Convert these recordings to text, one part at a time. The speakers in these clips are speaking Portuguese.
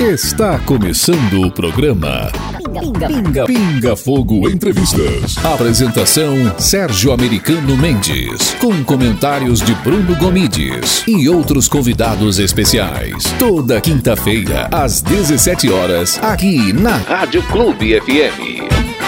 Está começando o programa Pinga Fogo Entrevistas. Apresentação Sérgio Americano Mendes, com comentários de Bruno Gomides e outros convidados especiais. Toda quinta-feira, às 17 horas, aqui na Rádio Clube FM.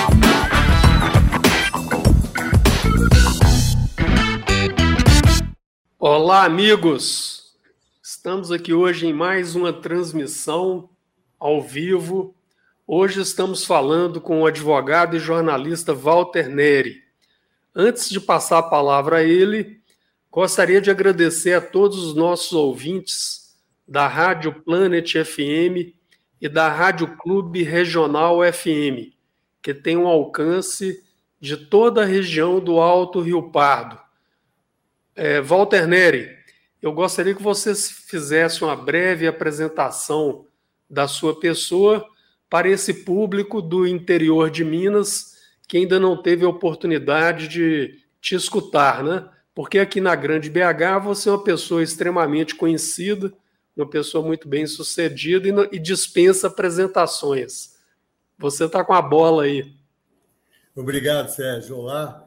Olá, amigos! Estamos aqui hoje em mais uma transmissão ao vivo. Hoje estamos falando com o advogado e jornalista Walter Neri. Antes de passar a palavra a ele, gostaria de agradecer a todos os nossos ouvintes da Rádio Planet FM e da Rádio Clube Regional FM, que tem um alcance de toda a região do Alto Rio Pardo. Walter Neri, eu gostaria que você fizesse uma breve apresentação da sua pessoa para esse público do interior de Minas que ainda não teve a oportunidade de te escutar, né? Porque aqui na Grande BH você é uma pessoa extremamente conhecida, uma pessoa muito bem sucedida e dispensa apresentações. Você está com a bola aí. Obrigado, Sérgio. Olá.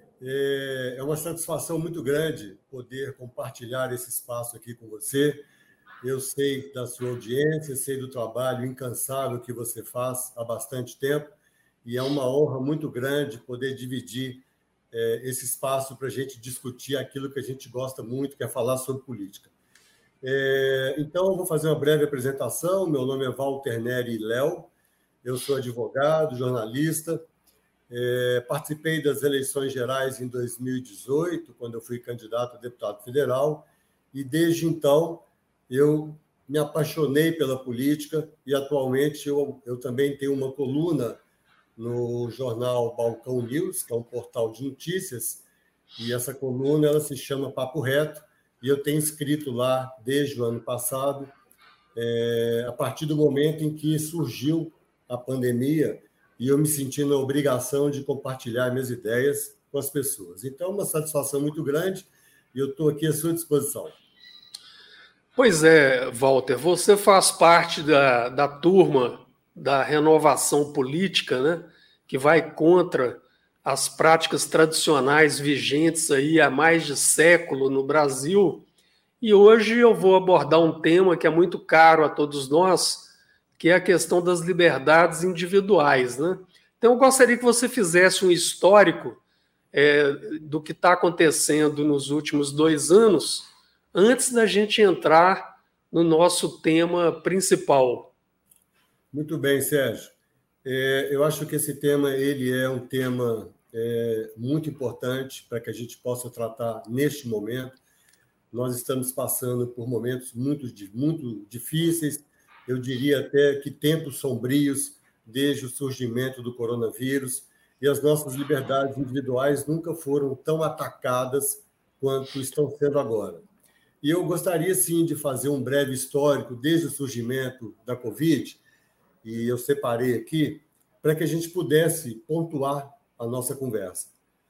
É uma satisfação muito grande poder compartilhar esse espaço aqui com você. Eu sei da sua audiência, sei do trabalho incansável que você faz há bastante tempo e é uma honra muito grande poder dividir esse espaço para a gente discutir aquilo que a gente gosta muito, que é falar sobre política. Então, eu vou fazer uma breve apresentação. Meu nome é Walter Neri Léo, eu sou advogado, jornalista. Participei das eleições gerais em 2018, quando eu fui candidato a deputado federal, e desde então eu me apaixonei pela política e atualmente eu também tenho uma coluna no jornal Balcão News, que é um portal de notícias, e essa coluna ela se chama Papo Reto, e eu tenho escrito lá desde o ano passado, a partir do momento em que surgiu a pandemia, e eu me senti na obrigação de compartilhar minhas ideias com as pessoas. Então, é uma satisfação muito grande e eu estou aqui à sua disposição. Pois é, Walter, você faz parte da turma da renovação política, né, que vai contra as práticas tradicionais vigentes aí há mais de século no Brasil. E hoje eu vou abordar um tema que é muito caro a todos nós, que é a questão das liberdades individuais, né? Então, eu gostaria que você fizesse um histórico do que está acontecendo nos últimos 2 anos, antes da gente entrar no nosso tema principal. Muito bem, Sérgio. Eu acho que esse tema ele é um tema muito importante para que a gente possa tratar neste momento. Nós estamos passando por momentos muito difíceis, eu diria até que tempos sombrios desde o surgimento do coronavírus, e as nossas liberdades individuais nunca foram tão atacadas quanto estão sendo agora. E eu gostaria, sim, de fazer um breve histórico desde o surgimento da Covid, e eu separei aqui, para que a gente pudesse pontuar a nossa conversa.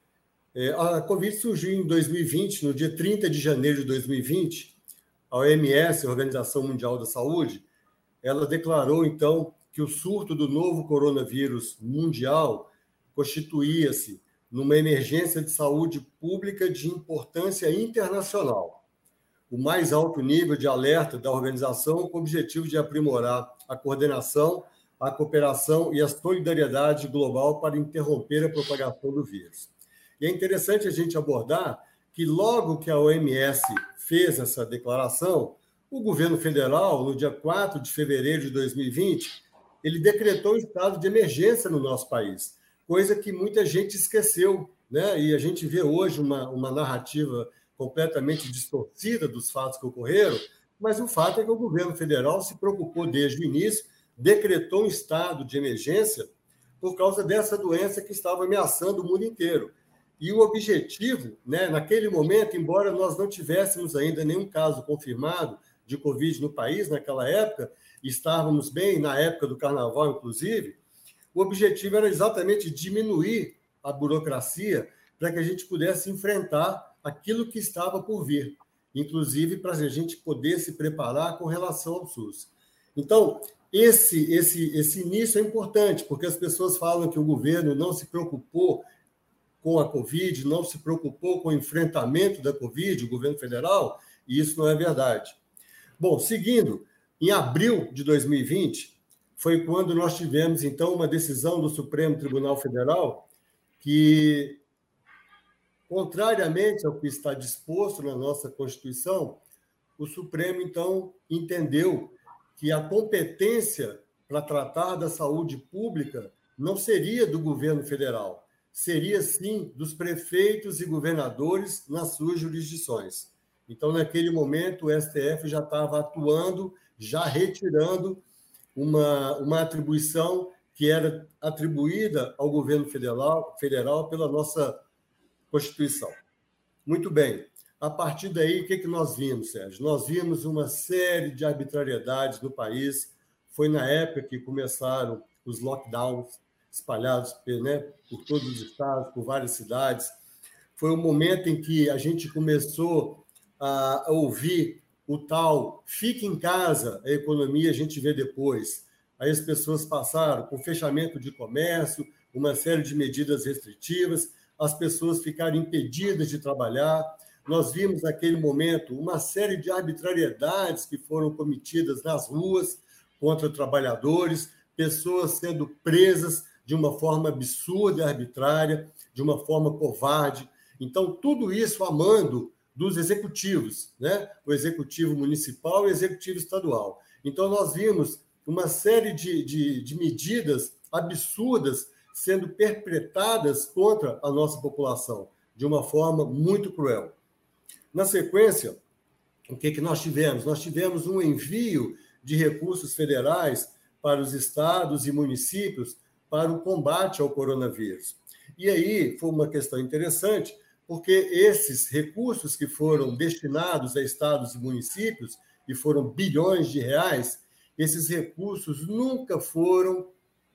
A Covid surgiu em 2020, no dia 30 de janeiro de 2020, a OMS, a Organização Mundial da Saúde, ela declarou, então, que o surto do novo coronavírus mundial constituía-se numa emergência de saúde pública de importância internacional. O mais alto nível de alerta da organização com o objetivo de aprimorar a coordenação, a cooperação e a solidariedade global para interromper a propagação do vírus. E é interessante a gente abordar que logo que a OMS fez essa declaração, o governo federal, no dia 4 de fevereiro de 2020, ele decretou o estado de emergência no nosso país, coisa que muita gente esqueceu, né? E a gente vê hoje uma narrativa completamente distorcida dos fatos que ocorreram, mas o fato é que o governo federal se preocupou desde o início, decretou um estado de emergência por causa dessa doença que estava ameaçando o mundo inteiro. E o objetivo, né, naquele momento, embora nós não tivéssemos ainda nenhum caso confirmado de Covid no país, naquela época, estávamos bem, na época do carnaval, inclusive, o objetivo era exatamente diminuir a burocracia para que a gente pudesse enfrentar aquilo que estava por vir, inclusive para a gente poder se preparar com relação ao SUS. Então, esse início é importante, porque as pessoas falam que o governo não se preocupou com a Covid, não se preocupou com o enfrentamento da Covid, o governo federal, e isso não é verdade. Bom, seguindo, em abril de 2020, foi quando nós tivemos, então, uma decisão do Supremo Tribunal Federal que, contrariamente ao que está disposto na nossa Constituição, o Supremo, então, entendeu que a competência para tratar da saúde pública não seria do governo federal, seria, sim, dos prefeitos e governadores nas suas jurisdições. Então, naquele momento, o STF já estava atuando, já retirando uma atribuição que era atribuída ao governo federal pela nossa Constituição. Muito bem. A partir daí, o que nós vimos, Sérgio? Nós vimos uma série de arbitrariedades no país. Foi na época que começaram os lockdowns espalhados, né, por todos os estados, por várias cidades. Foi o momento em que a gente começou a ouvir o tal fique em casa, a economia a gente vê depois. Aí as pessoas passaram por fechamento de comércio, uma série de medidas restritivas, as pessoas ficaram impedidas de trabalhar. Nós vimos naquele momento uma série de arbitrariedades que foram cometidas nas ruas contra trabalhadores, pessoas sendo presas de uma forma absurda e arbitrária, de uma forma covarde. Então, tudo isso a mando dos executivos, né? O executivo municipal e o executivo estadual. Então, nós vimos uma série de medidas absurdas sendo perpetradas contra a nossa população, de uma forma muito cruel. Na sequência, o que nós tivemos? Nós tivemos um envio de recursos federais para os estados e municípios para o combate ao coronavírus. E aí foi uma questão interessante, porque esses recursos que foram destinados a estados e municípios, e foram bilhões de reais, esses recursos nunca foram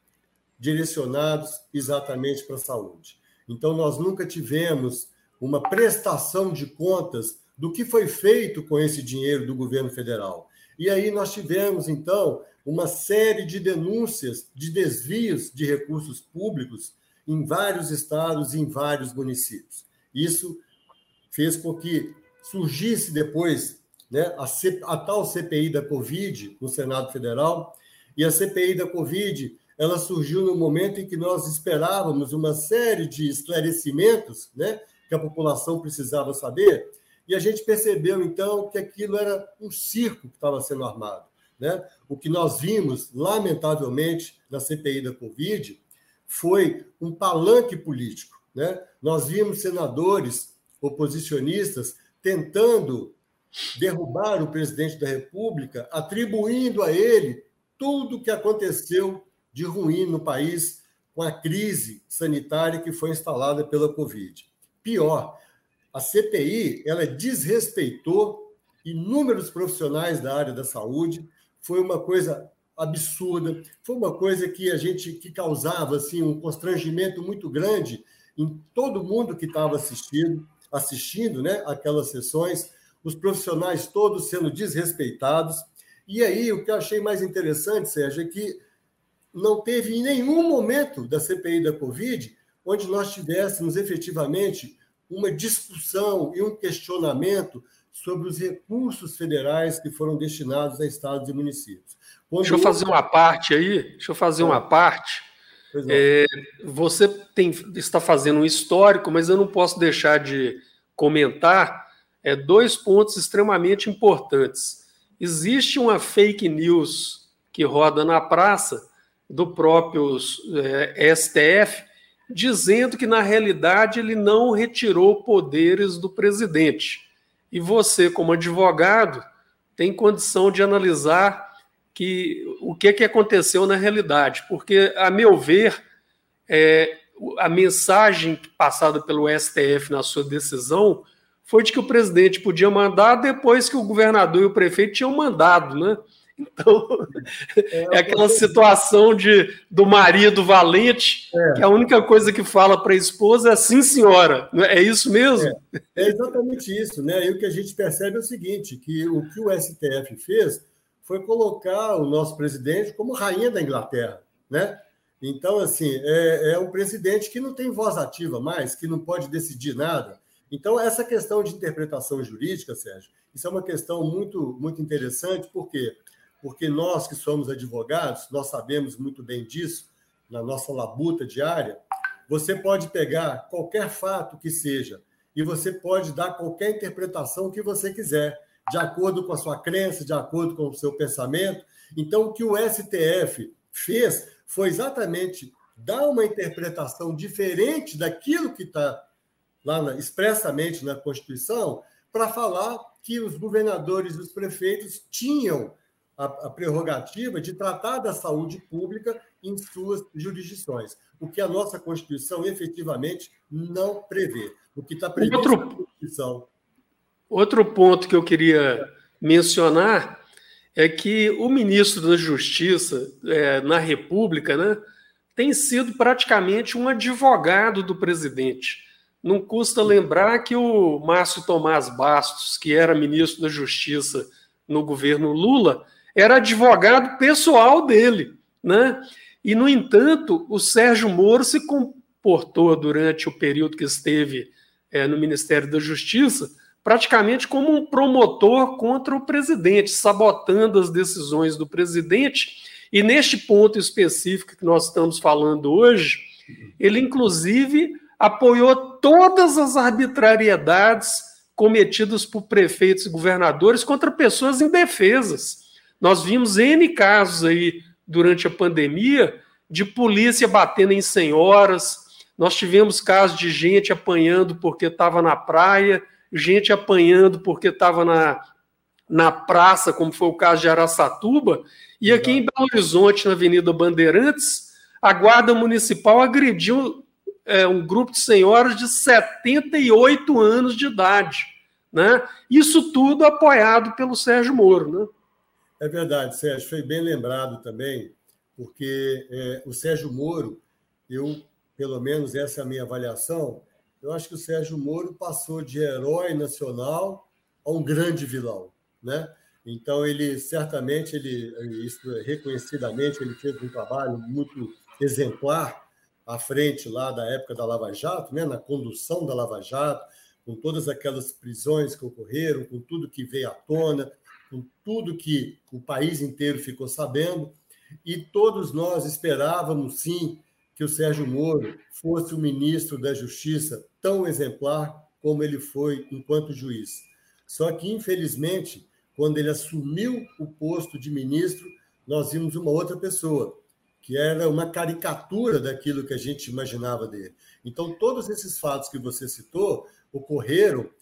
direcionados exatamente para a saúde. Então, nós nunca tivemos uma prestação de contas do que foi feito com esse dinheiro do governo federal. E aí nós tivemos, então, uma série de denúncias de desvios de recursos públicos em vários estados e em vários municípios. Isso fez com que surgisse depois, né, a tal CPI da Covid no Senado Federal, e a CPI da Covid ela surgiu no momento em que nós esperávamos uma série de esclarecimentos, né, que a população precisava saber, e a gente percebeu, então, que aquilo era um circo que estava sendo armado, né? O que nós vimos, lamentavelmente, na CPI da Covid, foi um palanque político, né? Nós vimos senadores oposicionistas tentando derrubar o presidente da República, atribuindo a ele tudo o que aconteceu de ruim no país com a crise sanitária que foi instalada pela Covid. Pior, a CPI ela desrespeitou inúmeros profissionais da área da saúde, foi uma coisa absurda, foi uma coisa que causava assim, um constrangimento muito grande em todo mundo que estava assistindo, né, aquelas sessões, os profissionais todos sendo desrespeitados. E aí, o que eu achei mais interessante, Sérgio, é que não teve em nenhum momento da CPI da Covid onde nós tivéssemos efetivamente uma discussão e um questionamento sobre os recursos federais que foram destinados a estados e municípios. Deixa eu fazer uma parte aí, uma parte. Você está fazendo um histórico, mas eu não posso deixar de comentar dois pontos extremamente importantes. Existe uma fake news que roda na praça do próprio STF, dizendo que, na realidade, ele não retirou poderes do presidente. E você, como advogado, tem condição de analisar o que aconteceu na realidade. Porque, a meu ver, a mensagem passada pelo STF na sua decisão foi de que o presidente podia mandar depois que o governador e o prefeito tinham mandado, né? Então, é aquela situação do marido valente, que a única coisa que fala para a esposa é sim, senhora. É isso mesmo? É exatamente isso, né? E o que a gente percebe é o seguinte, que o STF fez foi colocar o nosso presidente como rainha da Inglaterra, né? Então, assim, é um presidente que não tem voz ativa mais, que não pode decidir nada. Então, essa questão de interpretação jurídica, Sérgio, isso é uma questão muito, muito interessante, por quê? Porque nós que somos advogados, nós sabemos muito bem disso, na nossa labuta diária. Você pode pegar qualquer fato que seja e você pode dar qualquer interpretação que você quiser, de acordo com a sua crença, de acordo com o seu pensamento. Então, o que o STF fez foi exatamente dar uma interpretação diferente daquilo que está lá expressamente na Constituição, para falar que os governadores e os prefeitos tinham a prerrogativa de tratar da saúde pública em suas jurisdições, o que a nossa Constituição efetivamente não prevê. O que está previsto na Constituição. Outro ponto que eu queria mencionar é que o ministro da Justiça na República, né, tem sido praticamente um advogado do presidente. Não custa lembrar que o Márcio Tomás Bastos, que era ministro da Justiça no governo Lula, era advogado pessoal dele, né? E, no entanto, o Sérgio Moro se comportou durante o período que esteve no Ministério da Justiça praticamente como um promotor contra o presidente, sabotando as decisões do presidente. E neste ponto específico que nós estamos falando hoje, ele, inclusive, apoiou todas as arbitrariedades cometidas por prefeitos e governadores contra pessoas indefesas. Nós vimos N casos aí durante a pandemia de polícia batendo em senhoras, nós tivemos casos de gente apanhando porque estava na praia, gente apanhando porque estava na praça, como foi o caso de Araçatuba, e aqui em Belo Horizonte, na Avenida Bandeirantes, a Guarda Municipal agrediu um grupo de senhoras de 78 anos de idade, né? Isso tudo apoiado pelo Sérgio Moro, né? É verdade, Sérgio, foi bem lembrado também, porque o Sérgio Moro, pelo menos essa é a minha avaliação, eu acho que o Sérgio Moro passou de herói nacional a um grande vilão, né? Então, ele certamente, reconhecidamente, ele fez um trabalho muito exemplar à frente lá da época da Lava Jato, né? Na condução da Lava Jato, com todas aquelas prisões que ocorreram, com tudo que veio à tona, com tudo que o país inteiro ficou sabendo, e todos nós esperávamos, sim, que o Sérgio Moro fosse o ministro da Justiça tão exemplar como ele foi enquanto juiz. Só que, infelizmente, quando ele assumiu o posto de ministro, nós vimos uma outra pessoa, que era uma caricatura daquilo que a gente imaginava dele. Então, todos esses fatos que você citou ocorreram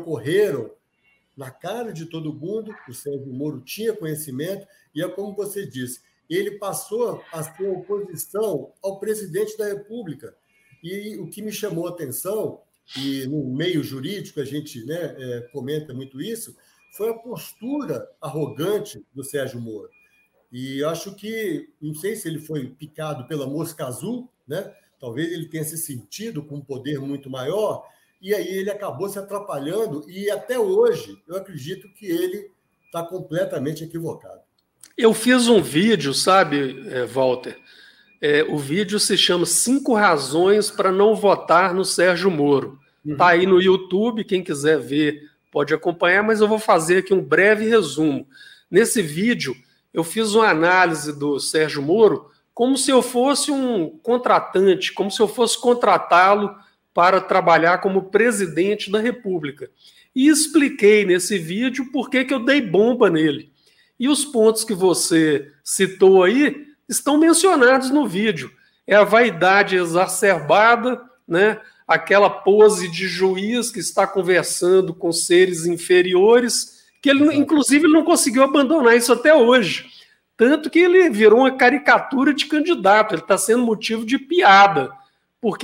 na cara de todo mundo. O Sérgio Moro tinha conhecimento e é como você disse, ele passou a ser oposição ao presidente da República. E o que me chamou a atenção, e no meio jurídico a gente comenta muito isso, foi a postura arrogante do Sérgio Moro. E acho que, não sei se ele foi picado pela mosca azul, né? Talvez ele tenha se sentido com um poder muito maior, e aí ele acabou se atrapalhando, e até hoje eu acredito que ele está completamente equivocado. Eu fiz um vídeo, sabe, Walter? O vídeo se chama 5 razões para não votar no Sérgio Moro. Está aí no YouTube, quem quiser ver pode acompanhar, mas eu vou fazer aqui um breve resumo. Nesse vídeo, eu fiz uma análise do Sérgio Moro como se eu fosse um contratante, como se eu fosse contratá-lo para trabalhar como presidente da República. E expliquei nesse vídeo por que eu dei bomba nele. E os pontos que você citou aí estão mencionados no vídeo. É a vaidade exacerbada, né? Aquela pose de juiz que está conversando com seres inferiores, que ele, inclusive, não conseguiu abandonar isso até hoje. Tanto que ele virou uma caricatura de candidato, ele está sendo motivo de piada, porque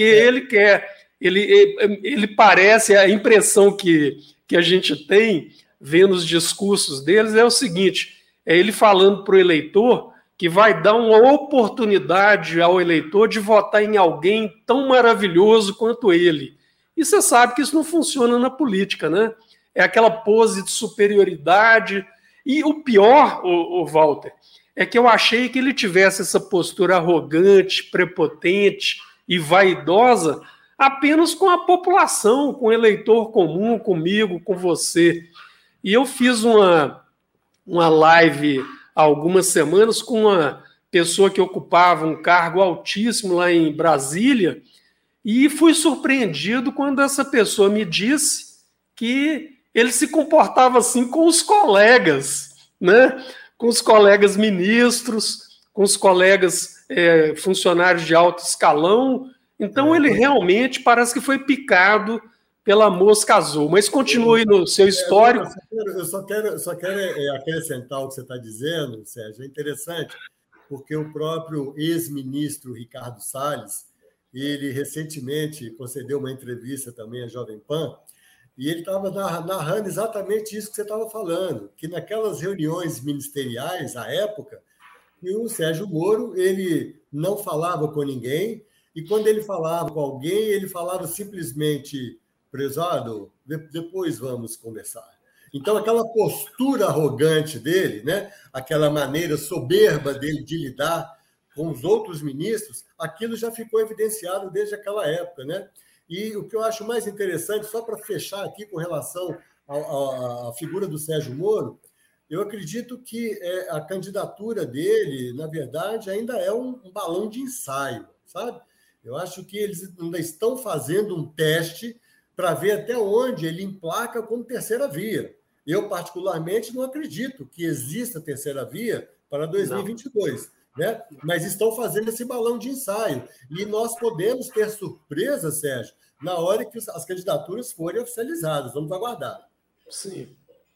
ele parece, a impressão que a gente tem, vendo os discursos deles, é o seguinte, é ele falando para o eleitor que vai dar uma oportunidade ao eleitor de votar em alguém tão maravilhoso quanto ele. E você sabe que isso não funciona na política, né? É aquela pose de superioridade, E o pior, o Walter, é que eu achei que ele tivesse essa postura arrogante, prepotente e vaidosa apenas com a população, com o eleitor comum, comigo, com você. E eu fiz uma live há algumas semanas com uma pessoa que ocupava um cargo altíssimo lá em Brasília, e fui surpreendido quando essa pessoa me disse que ele se comportava assim com os colegas, né? Com os colegas ministros, com os colegas funcionários de alto escalão. Então ele realmente parece que foi picado pela mosca azul. Mas continue no seu histórico. Eu só quero acrescentar o que você está dizendo, Sérgio. É interessante, porque o próprio ex-ministro Ricardo Salles, ele recentemente concedeu uma entrevista também à Jovem Pan, e ele estava narrando exatamente isso que você estava falando, que naquelas reuniões ministeriais, à época, o Sérgio Moro ele não falava com ninguém, e quando ele falava com alguém, ele falava simplesmente: prezado, depois vamos conversar. Então, aquela postura arrogante dele, né? Aquela maneira soberba dele de lidar com os outros ministros, aquilo já ficou evidenciado desde aquela época, né? E o que eu acho mais interessante, só para fechar aqui com relação à figura do Sérgio Moro, eu acredito que a candidatura dele, na verdade, ainda é um balão de ensaio, sabe? Eu acho que eles ainda estão fazendo um teste para ver até onde ele emplaca como terceira via. Eu, particularmente, não acredito que exista terceira via para 2022. Né? Mas estão fazendo esse balão de ensaio. E nós podemos ter surpresa, Sérgio, na hora que as candidaturas forem oficializadas. Vamos aguardar. Sim.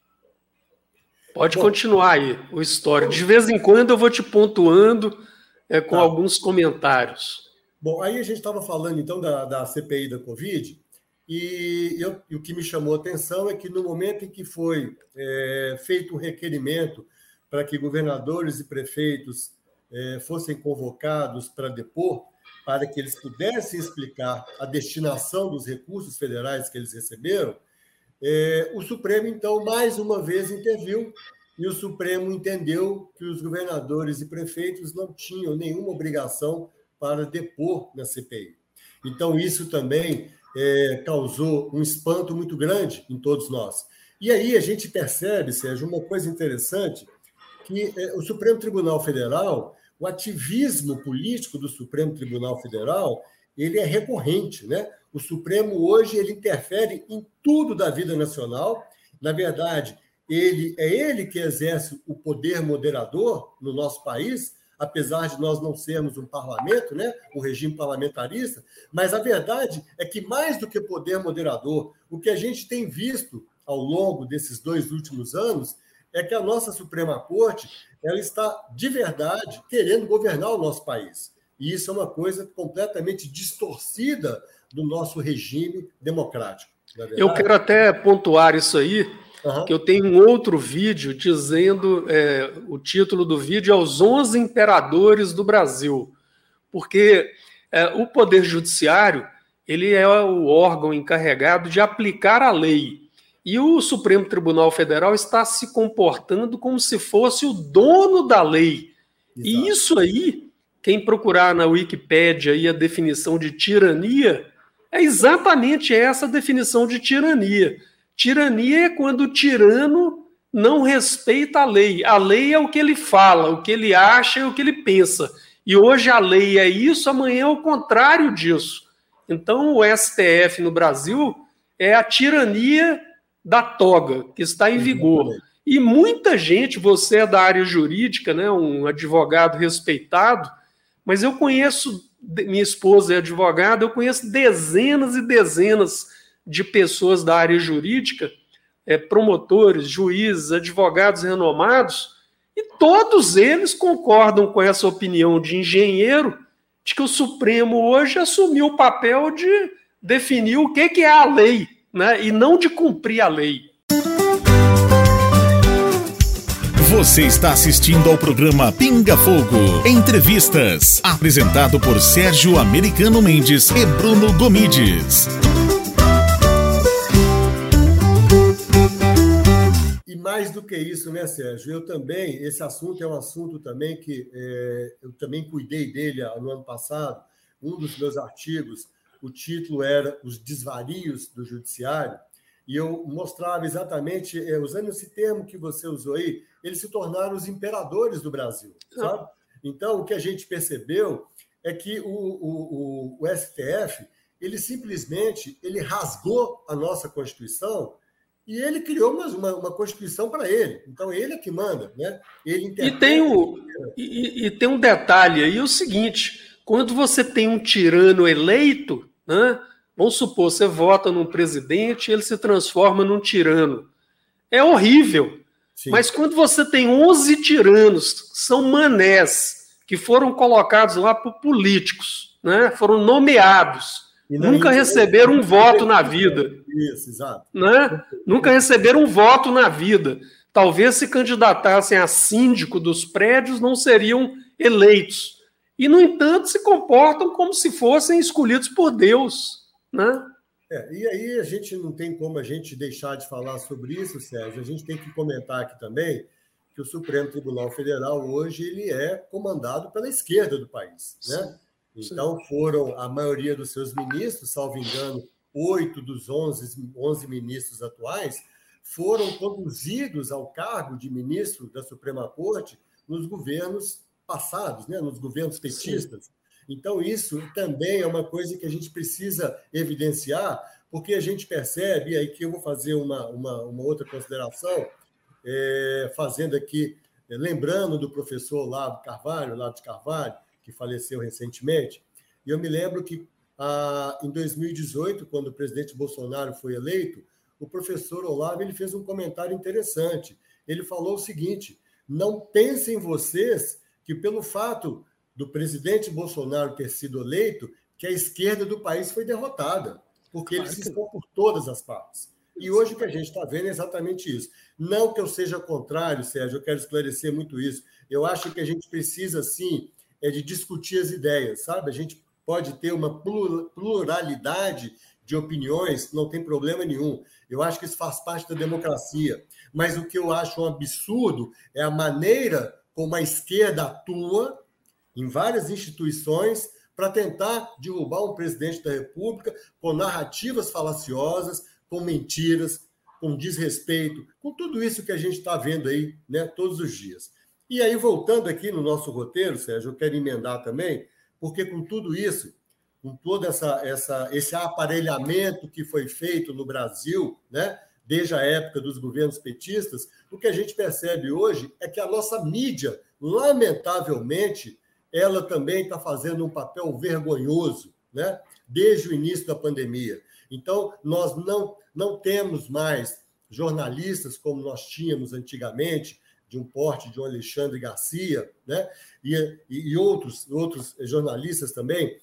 Pode continuar aí o histórico. De vez em quando eu vou te pontuando com alguns comentários. Bom, aí a gente estava falando, então, da CPI da Covid, e o que me chamou a atenção é que no momento em que foi feito um requerimento para que governadores e prefeitos fossem convocados para depor, para que eles pudessem explicar a destinação dos recursos federais que eles receberam, o Supremo, então, mais uma vez interviu, e o Supremo entendeu que os governadores e prefeitos não tinham nenhuma obrigação para depor na CPI. Então, isso também causou um espanto muito grande em todos nós. E aí a gente percebe, Sérgio, uma coisa interessante, que o Supremo Tribunal Federal, o ativismo político do Supremo Tribunal Federal, ele é recorrente, né? O Supremo hoje ele interfere em tudo da vida nacional. Na verdade, ele que exerce o poder moderador no nosso país, apesar de nós não sermos um parlamento, né? Um regime parlamentarista, mas a verdade é que, mais do que poder moderador, o que a gente tem visto ao longo desses 2 últimos anos é que a nossa Suprema Corte ela está, de verdade, querendo governar o nosso país. E isso é uma coisa completamente distorcida do nosso regime democrático. Eu quero até pontuar isso aí, que eu tenho um outro vídeo dizendo, o título do vídeo é Os 11 Imperadores do Brasil, porque o Poder Judiciário ele é o órgão encarregado de aplicar a lei. E o Supremo Tribunal Federal está se comportando como se fosse o dono da lei. Exato. E isso aí, quem procurar na Wikipédia aí a definição de tirania, é exatamente essa definição de tirania. Tirania é quando o tirano não respeita a lei. A lei é o que ele fala, o que ele acha e o que ele pensa. E hoje a lei é isso, amanhã é o contrário disso. Então o STF no Brasil é a tirania da toga, que está em vigor. E muita gente, você é da área jurídica, né, um advogado respeitado, mas eu conheço, minha esposa é advogada, eu conheço dezenas e dezenas de pessoas da área jurídica, promotores, juízes, advogados renomados, e todos eles concordam com essa opinião de engenheiro, de que o Supremo hoje assumiu o papel de definir o que é a lei, né, e não de cumprir a lei. Você está assistindo ao programa Pinga Fogo Entrevistas, apresentado por Sérgio Americano Mendes e Bruno Gomides. mais do que isso, né, Sérgio? Eu também, esse assunto é um assunto também que eu também cuidei dele no ano passado. Um dos meus artigos, o título era Os Desvarios do Judiciário, e eu mostrava exatamente, usando esse termo que você usou aí, eles se tornaram os imperadores do Brasil, sabe? Então, o que a gente percebeu é que o STF, ele simplesmente rasgou a nossa Constituição e ele criou uma Constituição para ele. Então, ele é que manda, né? Ele e tem um detalhe aí, o seguinte, quando você tem um tirano eleito, né, vamos supor, você vota num presidente e ele se transforma num tirano. É horrível. Sim. Mas quando você tem 11 tiranos, que são manés, que foram colocados lá por políticos, né, foram nomeados, nunca receberam um voto na vida. Isso, exato. Né? Nunca receberam um voto na vida. Talvez se candidatassem a síndico dos prédios, não seriam eleitos. E, no entanto, se comportam como se fossem escolhidos por Deus. Né? E aí a gente não tem como a gente deixar de falar sobre isso, Sérgio. A gente tem que comentar aqui também que o Supremo Tribunal Federal hoje ele é comandado pela esquerda do país, né? Então, foram a maioria dos seus ministros, salvo engano, 8 dos 11 ministros atuais, foram conduzidos ao cargo de ministro da Suprema Corte nos governos passados, né? Nos governos petistas. Sim. Então, isso também é uma coisa que a gente precisa evidenciar, porque a gente percebe, e aí que eu vou fazer uma outra consideração, fazendo aqui, lembrando do professor Olavo de Carvalho, que faleceu recentemente, e eu me lembro que em 2018, quando o presidente Bolsonaro foi eleito, o professor Olavo ele fez um comentário interessante. Ele falou o seguinte: não pensem vocês que pelo fato do presidente Bolsonaro ter sido eleito, que a esquerda do país foi derrotada, porque eles estão por todas as partes. E hoje o que a gente está vendo é exatamente isso. Não que eu seja contrário, Sérgio, eu quero esclarecer muito isso. Eu acho que a gente precisa, sim, de discutir as ideias, sabe? A gente pode ter uma pluralidade de opiniões, não tem problema nenhum. Eu acho que isso faz parte da democracia. Mas o que eu acho um absurdo é a maneira como a esquerda atua em várias instituições para tentar derrubar um presidente da República com narrativas falaciosas, com mentiras, com desrespeito, com tudo isso que a gente está vendo aí, né, todos os dias. E aí, voltando aqui no nosso roteiro, Sérgio, eu quero emendar também, porque com tudo isso, com todo esse aparelhamento que foi feito no Brasil, né, desde a época dos governos petistas, o que a gente percebe hoje é que a nossa mídia, lamentavelmente, ela também está fazendo um papel vergonhoso, né, desde o início da pandemia. Então, nós não temos mais jornalistas como nós tínhamos antigamente, de um porte de um Alexandre Garcia, né? e outros jornalistas também,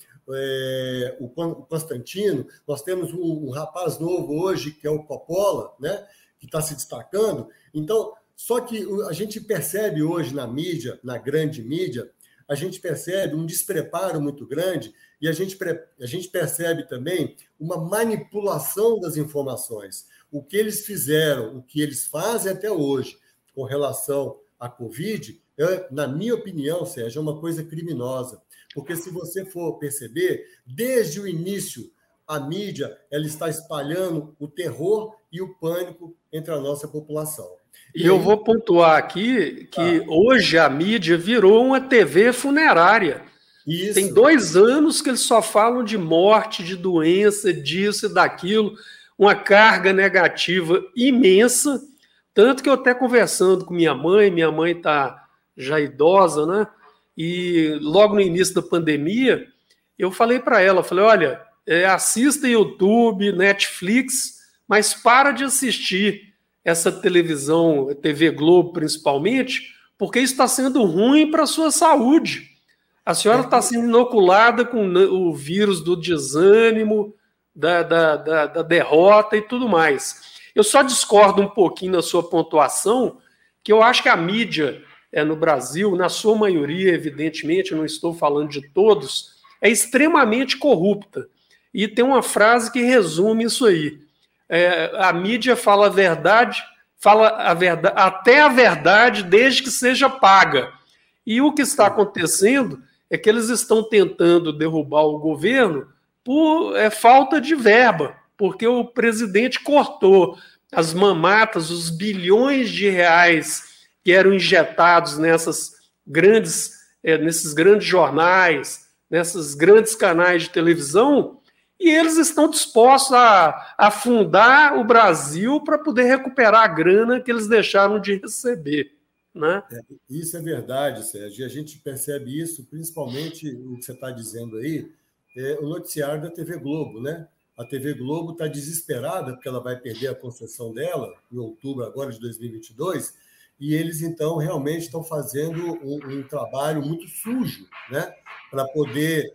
o Constantino. Nós temos um rapaz novo hoje, que é o Coppola, né? Que está se destacando. Então, só que a gente percebe hoje na mídia, na grande mídia, a gente percebe um despreparo muito grande e a gente percebe também uma manipulação das informações. O que eles fizeram, o que eles fazem até hoje, com relação à Covid, na minha opinião, Sérgio, é uma coisa criminosa. Porque se você for perceber, desde o início, a mídia ela está espalhando o terror e o pânico entre a nossa população. E eu vou pontuar aqui que hoje a mídia virou uma TV funerária. Isso. Tem 2 anos que eles só falam de morte, de doença, disso e daquilo, uma carga negativa imensa. Tanto que eu até conversando com minha mãe está já idosa, né? E logo no início da pandemia, eu falei para ela, olha, assista YouTube, Netflix, mas para de assistir essa televisão, TV Globo principalmente, porque isso está sendo ruim para a sua saúde. A senhora está sendo inoculada com o vírus do desânimo, da derrota e tudo mais. Eu só discordo um pouquinho na sua pontuação, que eu acho que a mídia no Brasil, na sua maioria, evidentemente, eu não estou falando de todos, é extremamente corrupta. E tem uma frase que resume isso aí. A mídia fala a verdade fala a verdade, até a verdade, desde que seja paga. E o que está acontecendo é que eles estão tentando derrubar o governo por falta de verba, porque o presidente cortou as mamatas, os bilhões de reais que eram injetados nesses grandes jornais, nesses grandes canais de televisão, e eles estão dispostos a afundar o Brasil para poder recuperar a grana que eles deixaram de receber. Né? Isso é verdade, Sérgio, e a gente percebe isso, principalmente o que você está dizendo aí, o noticiário da TV Globo, né? A TV Globo está desesperada porque ela vai perder a concessão dela em outubro agora de 2022, e eles, então, realmente estão fazendo um trabalho muito sujo, né? Para poder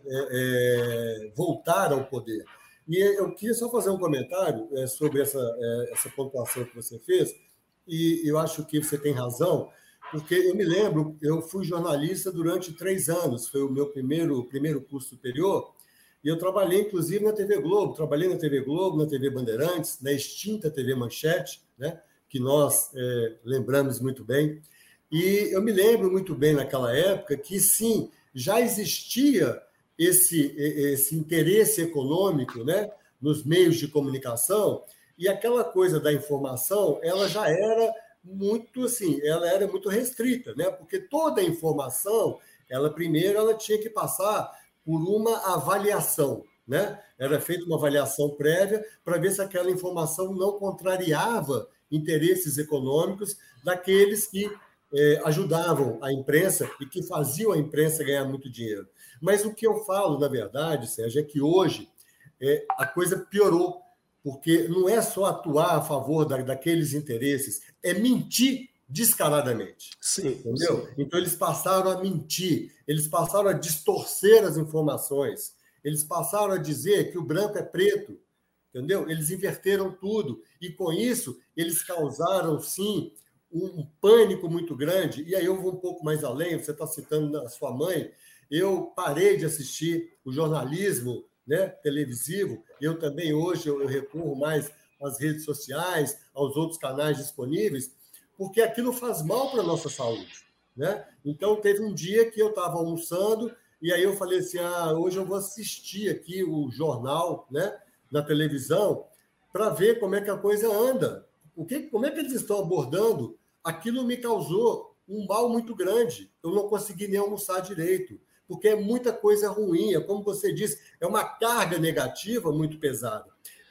voltar ao poder. E eu queria só fazer um comentário sobre essa pontuação que você fez, e eu acho que você tem razão, porque eu me lembro, eu fui jornalista durante 3 anos, foi o meu primeiro curso superior, e eu trabalhei, inclusive, na TV Globo, na TV Bandeirantes, na extinta TV Manchete, né, que nós lembramos muito bem. E eu me lembro muito bem naquela época que, sim, já existia esse interesse econômico, né, nos meios de comunicação, e aquela coisa da informação, ela já era muito assim, ela era muito restrita, né? Porque toda a informação, primeiro ela tinha que passar por uma avaliação, né? Era feita uma avaliação prévia para ver se aquela informação não contrariava interesses econômicos daqueles que ajudavam a imprensa e que faziam a imprensa ganhar muito dinheiro. Mas o que eu falo, na verdade, Sérgio, é que hoje a coisa piorou, porque não é só atuar a favor daqueles interesses, é mentir descaradamente. Sim, entendeu? Sim. Então, eles passaram a mentir, eles passaram a distorcer as informações, eles passaram a dizer que o branco é preto, entendeu? Eles inverteram tudo, e com isso, eles causaram, sim, um pânico muito grande. E aí eu vou um pouco mais além, você está citando a sua mãe, eu parei de assistir o jornalismo, né, televisivo. Eu também hoje eu recorro mais às redes sociais, aos outros canais disponíveis, porque aquilo faz mal para a nossa saúde, né? Então, teve um dia que eu estava almoçando e aí eu falei assim, hoje eu vou assistir aqui o jornal, né, na televisão para ver como é que a coisa anda. Como é que eles estão abordando? Aquilo me causou um mal muito grande. Eu não consegui nem almoçar direito, porque é muita coisa ruim, como você disse, é uma carga negativa muito pesada.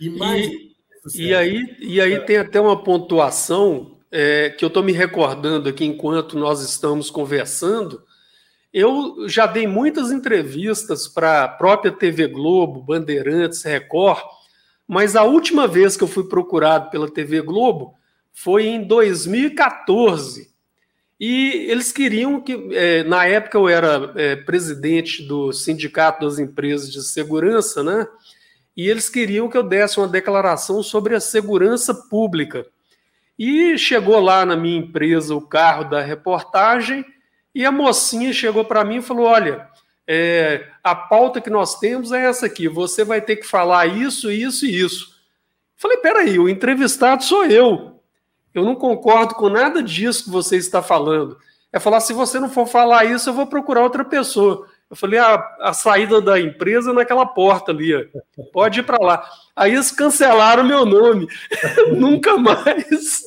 E aí tem até uma pontuação que eu estou me recordando aqui enquanto nós estamos conversando. Eu já dei muitas entrevistas para a própria TV Globo, Bandeirantes, Record, mas a última vez que eu fui procurado pela TV Globo foi em 2014. E eles queriam que, na época eu era presidente do Sindicato das Empresas de Segurança, né? E eles queriam que eu desse uma declaração sobre a segurança pública. E chegou lá na minha empresa o carro da reportagem e a mocinha chegou para mim e falou, olha, a pauta que nós temos é essa aqui, você vai ter que falar isso, isso e isso. Falei, peraí, o entrevistado sou eu. Eu não concordo com nada disso que você está falando. É falar, se você não for falar isso, eu vou procurar outra pessoa. Eu falei, a saída da empresa é naquela porta ali, ó. Pode ir para lá. Aí eles cancelaram meu nome. Nunca mais.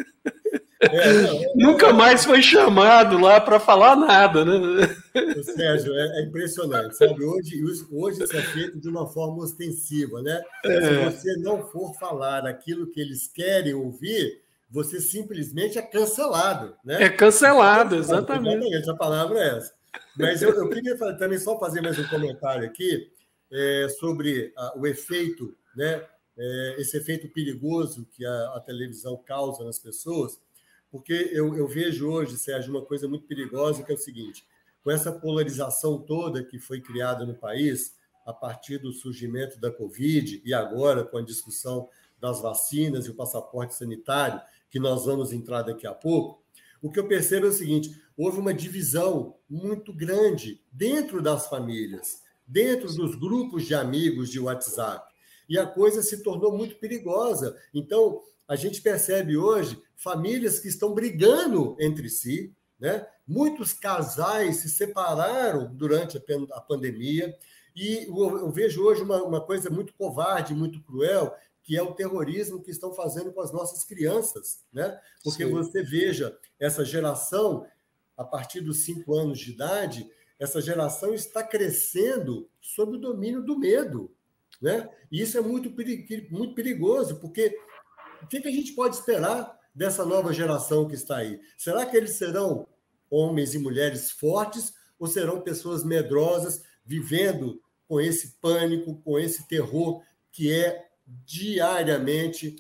Nunca mais foi chamado lá para falar nada, né? Sérgio, é impressionante, sabe? Hoje isso é feito de uma forma ostensiva, né? Se você não for falar aquilo que eles querem ouvir, você simplesmente é cancelado, né? É cancelado, exatamente. Exatamente, a palavra é essa. Mas eu queria também só fazer mais um comentário aqui sobre o efeito, né? Esse efeito perigoso que a televisão causa nas pessoas, porque eu vejo hoje, Sérgio, uma coisa muito perigosa, que é o seguinte, com essa polarização toda que foi criada no país, a partir do surgimento da Covid e agora com a discussão das vacinas e o passaporte sanitário, que nós vamos entrar daqui a pouco, o que eu percebo é o seguinte, houve uma divisão muito grande dentro das famílias, dentro dos grupos de amigos de WhatsApp, e a coisa se tornou muito perigosa. Então, A gente percebe hoje famílias que estão brigando entre si, né? Muitos casais se separaram durante a pandemia, e eu vejo hoje uma coisa muito covarde, muito cruel, que é o terrorismo que estão fazendo com as nossas crianças, né? Porque Sim. Você veja, essa geração, a partir dos 5 anos de idade, essa geração está crescendo sob o domínio do medo, né? E isso é muito perigoso, porque o que a gente pode esperar dessa nova geração que está aí? Será que eles serão homens e mulheres fortes ou serão pessoas medrosas, vivendo com esse pânico, com esse terror que é diariamente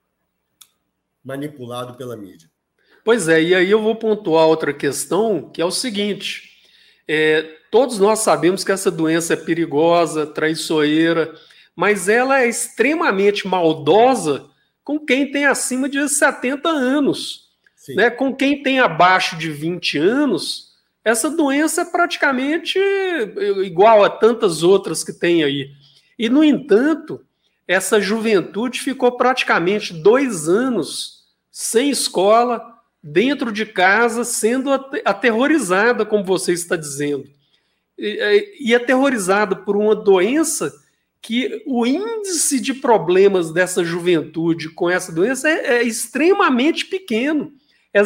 manipulado pela mídia? Pois é, e aí eu vou pontuar outra questão, que é o seguinte: todos nós sabemos que essa doença é perigosa, traiçoeira, mas ela é extremamente maldosa com quem tem acima de 70 anos. Né? Com quem tem abaixo de 20 anos, essa doença é praticamente igual a tantas outras que tem aí. E, no entanto, essa juventude ficou praticamente 2 anos sem escola, dentro de casa, sendo aterrorizada, como você está dizendo. E aterrorizada por uma doença que o índice de problemas dessa juventude com essa doença é extremamente pequeno. É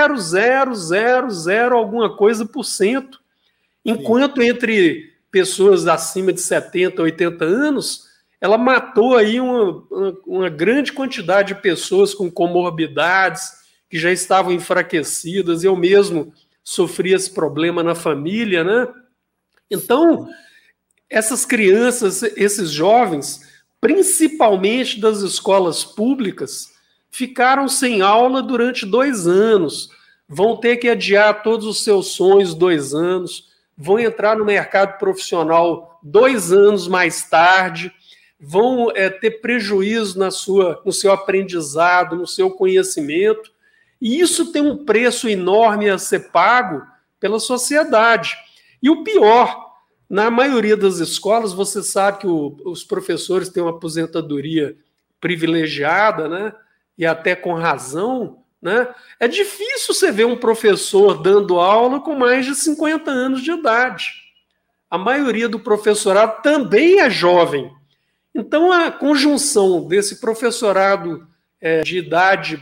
0,000 alguma coisa por cento. Enquanto entre pessoas acima de 70, 80 anos, ela matou aí uma grande quantidade de pessoas com comorbidades, que já estavam enfraquecidas. Eu mesmo sofri esse problema na família, né? Então, essas crianças, esses jovens, principalmente das escolas públicas, ficaram sem aula durante 2 anos, vão ter que adiar todos os seus sonhos 2 anos, vão entrar no mercado profissional 2 anos mais tarde, vão ter prejuízo no seu aprendizado, no seu conhecimento, e isso tem um preço enorme a ser pago pela sociedade. E o pior, na maioria das escolas, você sabe que os professores têm uma aposentadoria privilegiada, né? E até com razão, né? É difícil você ver um professor dando aula com mais de 50 anos de idade. A maioria do professorado também é jovem. Então, a conjunção desse professorado de idade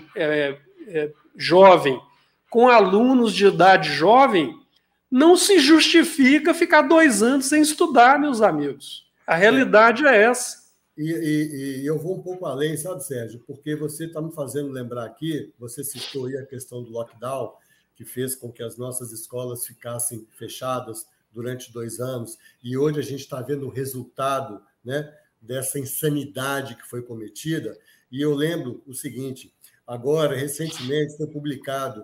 jovem com alunos de idade jovem não se justifica ficar 2 anos sem estudar, meus amigos. A realidade é essa. E eu vou um pouco além, sabe, Sérgio? Porque você está me fazendo lembrar aqui, você citou aí a questão do lockdown, que fez com que as nossas escolas ficassem fechadas durante 2 anos, e hoje a gente está vendo o resultado, né, dessa insanidade que foi cometida. E eu lembro o seguinte: agora, recentemente, foi publicado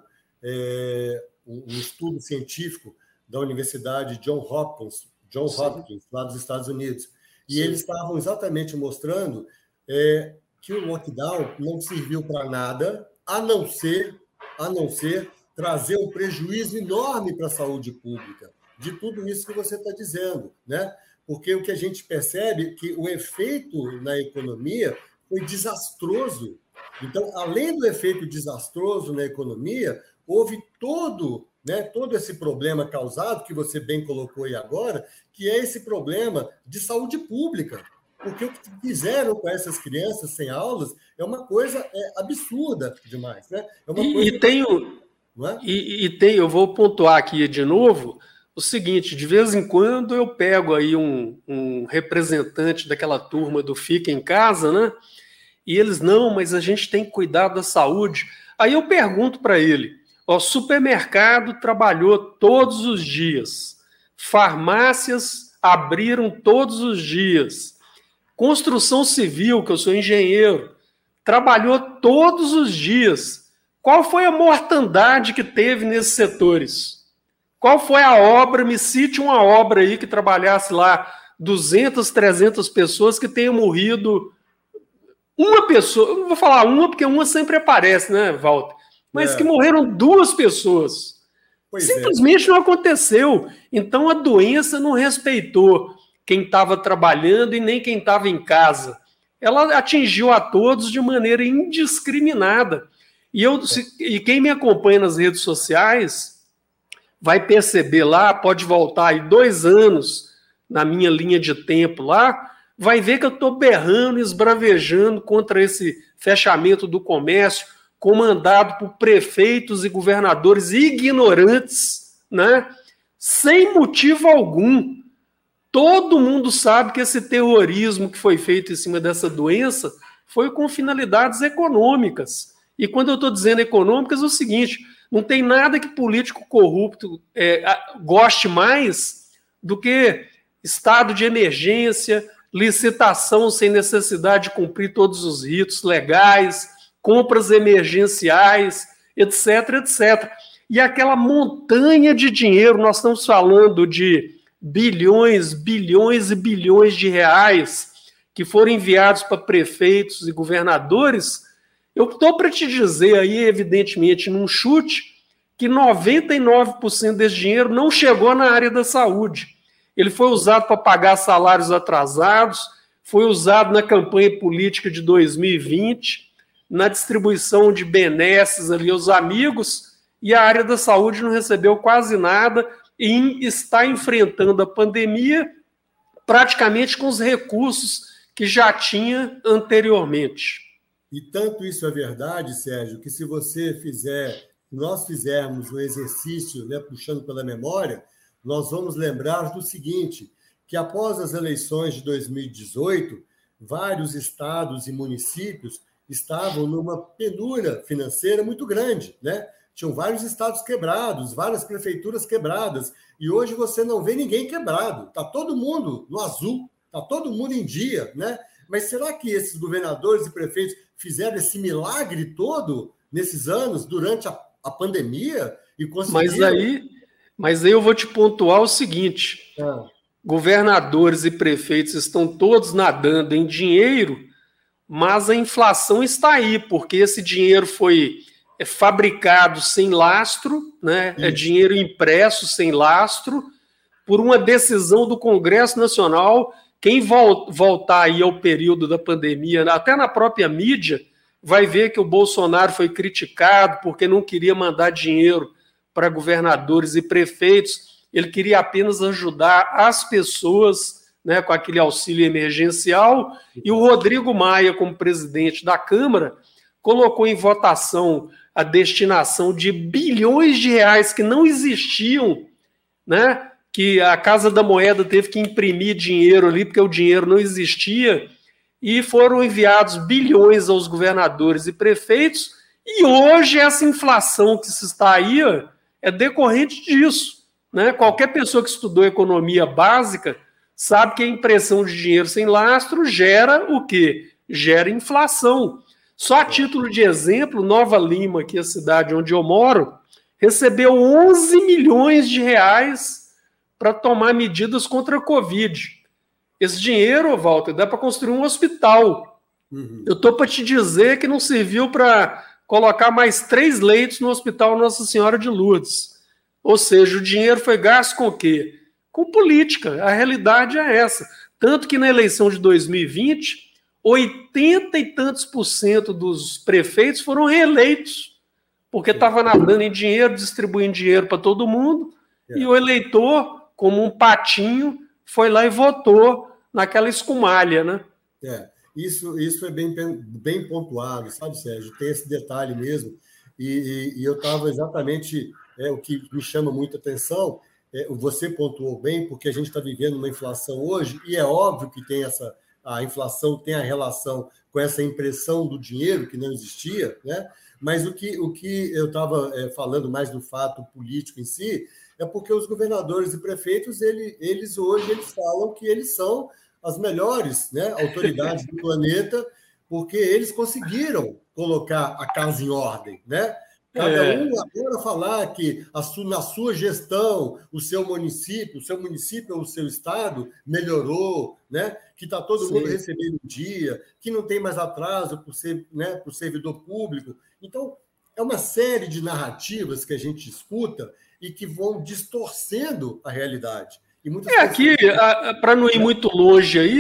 um estudo científico da Universidade Johns Hopkins, lá dos Estados Unidos. E eles estavam exatamente mostrando que o lockdown não serviu para nada, a não ser trazer um prejuízo enorme para a saúde pública, de tudo isso que você está dizendo, né? Porque o que a gente percebe é que o efeito na economia foi desastroso. Então, além do efeito desastroso na economia, houve todo esse problema causado, que você bem colocou aí agora, que é esse problema de saúde pública. Porque o que fizeram com essas crianças sem aulas é uma coisa absurda demais, né? É uma coisa... eu vou pontuar aqui de novo o seguinte: de vez em quando eu pego aí um representante daquela turma do Fica em Casa, né? E eles, não, mas a gente tem que cuidar da saúde. Aí eu pergunto para ele: o supermercado trabalhou todos os dias, farmácias abriram todos os dias, construção civil, que eu sou engenheiro, trabalhou todos os dias. Qual foi a mortandade que teve nesses setores? Qual foi a obra? Me cite uma obra aí que trabalhasse lá 200, 300 pessoas que tenha morrido uma pessoa. Eu não vou falar uma, porque uma sempre aparece, né, Walter? Mas que morreram 2 pessoas. Simplesmente não aconteceu. Então, a doença não respeitou quem estava trabalhando e nem quem estava em casa. ela atingiu a todos de maneira indiscriminada. E quem me acompanha nas redes sociais vai perceber lá, pode voltar aí 2 anos na minha linha de tempo lá, vai ver que eu estou berrando, esbravejando contra esse fechamento do comércio, comandado por prefeitos e governadores ignorantes, né? Sem motivo algum. Todo mundo sabe que esse terrorismo que foi feito em cima dessa doença foi com finalidades econômicas. E quando eu estou dizendo econômicas, é o seguinte, não tem nada que político corrupto goste mais do que estado de emergência, licitação sem necessidade de cumprir todos os ritos legais, compras emergenciais, etc, etc. E aquela montanha de dinheiro, nós estamos falando de bilhões, bilhões e bilhões de reais que foram enviados para prefeitos e governadores, eu estou para te dizer aí, evidentemente, num chute, que 99% desse dinheiro não chegou na área da saúde. Ele foi usado para pagar salários atrasados, foi usado na campanha política de 2020, na distribuição de benesses ali aos amigos, e a área da saúde não recebeu quase nada e está enfrentando a pandemia praticamente com os recursos que já tinha anteriormente. E tanto isso é verdade, Sérgio, que se nós fizermos um exercício, né, puxando pela memória, nós vamos lembrar do seguinte, que após as eleições de 2018, vários estados e municípios estavam numa penúria financeira muito grande, né? Tinham vários estados quebrados, várias prefeituras quebradas, e hoje você não vê ninguém quebrado. Está todo mundo no azul, está todo mundo em dia, né? Mas será que esses governadores e prefeitos fizeram esse milagre todo nesses anos, durante a pandemia? E conseguiram... Mas aí eu vou te pontuar o seguinte, governadores e prefeitos estão todos nadando em dinheiro, mas a inflação está aí, porque esse dinheiro foi fabricado sem lastro, né? É dinheiro impresso sem lastro, por uma decisão do Congresso Nacional. Quem voltar aí ao período da pandemia, até na própria mídia, vai ver que o Bolsonaro foi criticado porque não queria mandar dinheiro para governadores e prefeitos, ele queria apenas ajudar as pessoas, né, com aquele auxílio emergencial, e o Rodrigo Maia, como presidente da Câmara, colocou em votação a destinação de bilhões de reais que não existiam, né, que a Casa da Moeda teve que imprimir dinheiro ali, porque o dinheiro não existia, e foram enviados bilhões aos governadores e prefeitos, e hoje essa inflação que se está aí é decorrente disso, né? Qualquer pessoa que estudou economia básica sabe que a impressão de dinheiro sem lastro gera o quê? Gera inflação. Só a título de exemplo, Nova Lima, que é a cidade onde eu moro, recebeu 11 milhões de reais para tomar medidas contra a Covid. Esse dinheiro, Walter, dá para construir um hospital. Eu estou para te dizer que não serviu para colocar mais 3 leitos no Hospital Nossa Senhora de Lourdes. Ou seja, o dinheiro foi gasto com o quê? Com política. A realidade é essa. Tanto que na eleição de 2020, 80 e tantos % dos prefeitos foram reeleitos, porque estava nadando em dinheiro, distribuindo dinheiro para todo mundo, e o eleitor, como um patinho, foi lá e votou naquela escumalha, né? Isso é bem pontuado, sabe, Sérgio? Tem esse detalhe mesmo. E eu estava exatamente... o que me chama muita atenção, você pontuou bem, porque a gente está vivendo uma inflação hoje, e é óbvio que a inflação tem a relação com essa impressão do dinheiro que não existia, né? Mas o que eu estava falando mais do fato político em si, é porque os governadores e prefeitos, eles hoje falam que eles são as melhores, né, autoridades do planeta, porque eles conseguiram colocar a casa em ordem, né? Cada um agora falar que na sua gestão, o seu município ou o seu estado melhorou, né? Que está todo mundo recebendo um dia, que não tem mais atraso por ser, né, por servidor público. Então, é uma série de narrativas que a gente escuta e que vão distorcendo a realidade. E aqui, para não ir muito longe aí,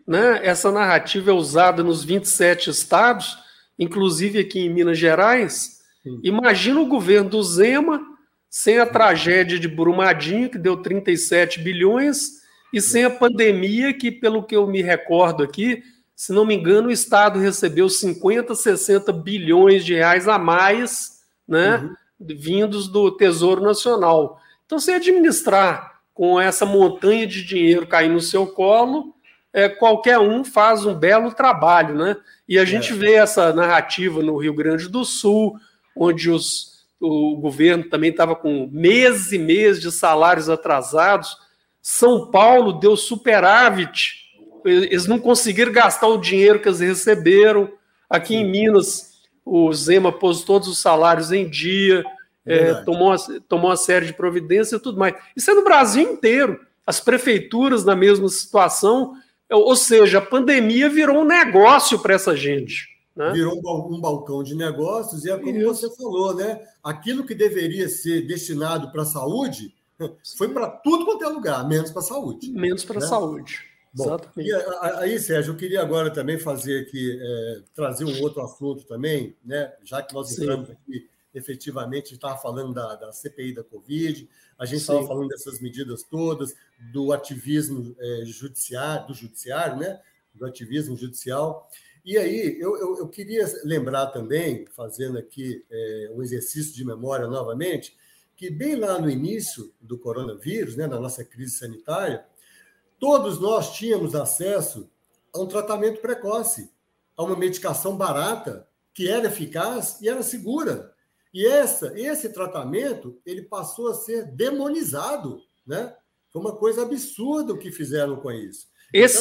né, essa narrativa é usada nos 27 estados, inclusive aqui em Minas Gerais. Imagina o governo do Zema sem a tragédia de Brumadinho, que deu 37 bilhões, e sem a pandemia, que, pelo que eu me recordo aqui, se não me engano, o Estado recebeu 50, 60 bilhões de reais a mais, né, vindos do Tesouro Nacional. Então, se administrar com essa montanha de dinheiro cair no seu colo, qualquer um faz um belo trabalho, né? E a gente vê essa narrativa no Rio Grande do Sul, onde o governo também estava com meses e meses de salários atrasados. São Paulo deu superávit, eles não conseguiram gastar o dinheiro que eles receberam. Aqui em Minas, o Zema pôs todos os salários em dia, tomou uma série de providências e tudo mais. Isso é no Brasil inteiro. As prefeituras na mesma situação, ou seja, a pandemia virou um negócio para essa gente. Né? Virou um balcão de negócios e é como você falou, né? Aquilo que deveria ser destinado para a saúde foi para tudo quanto é lugar, menos para a saúde. Menos para a saúde. Bom, exatamente. E aí, Sérgio, eu queria agora também fazer aqui, trazer um outro assunto também, né? Já que nós entramos aqui, efetivamente, estava falando da CPI da Covid, a gente estava falando dessas medidas todas, do ativismo judiciário, né? Do ativismo judicial. E aí, eu queria lembrar também, fazendo aqui um exercício de memória novamente, que bem lá no início do coronavírus, né, na nossa crise sanitária, todos nós tínhamos acesso a um tratamento precoce, a uma medicação barata, que era eficaz e era segura. E esse tratamento ele passou a ser demonizado, né? Foi uma coisa absurda o que fizeram com isso. Esse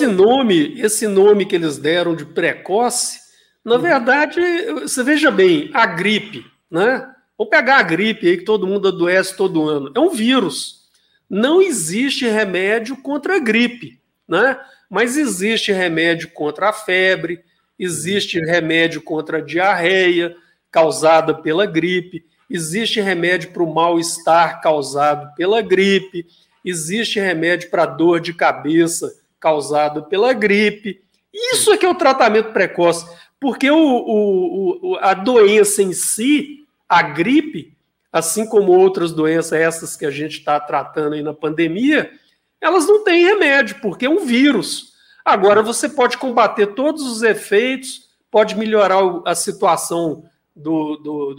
nome que eles deram de precoce, na verdade, você veja bem, a gripe, né? Vou pegar a gripe aí que todo mundo adoece todo ano. É um vírus. Não existe remédio contra a gripe, né? Mas existe remédio contra a febre, existe remédio contra a diarreia causada pela gripe, existe remédio para o mal-estar causado pela gripe, existe remédio para dor de cabeça causada pela gripe. Isso é que é o tratamento precoce, porque a doença em si, a gripe, assim como outras doenças, essas que a gente está tratando aí na pandemia, elas não têm remédio, porque é um vírus. Agora, você pode combater todos os efeitos, pode melhorar a situação do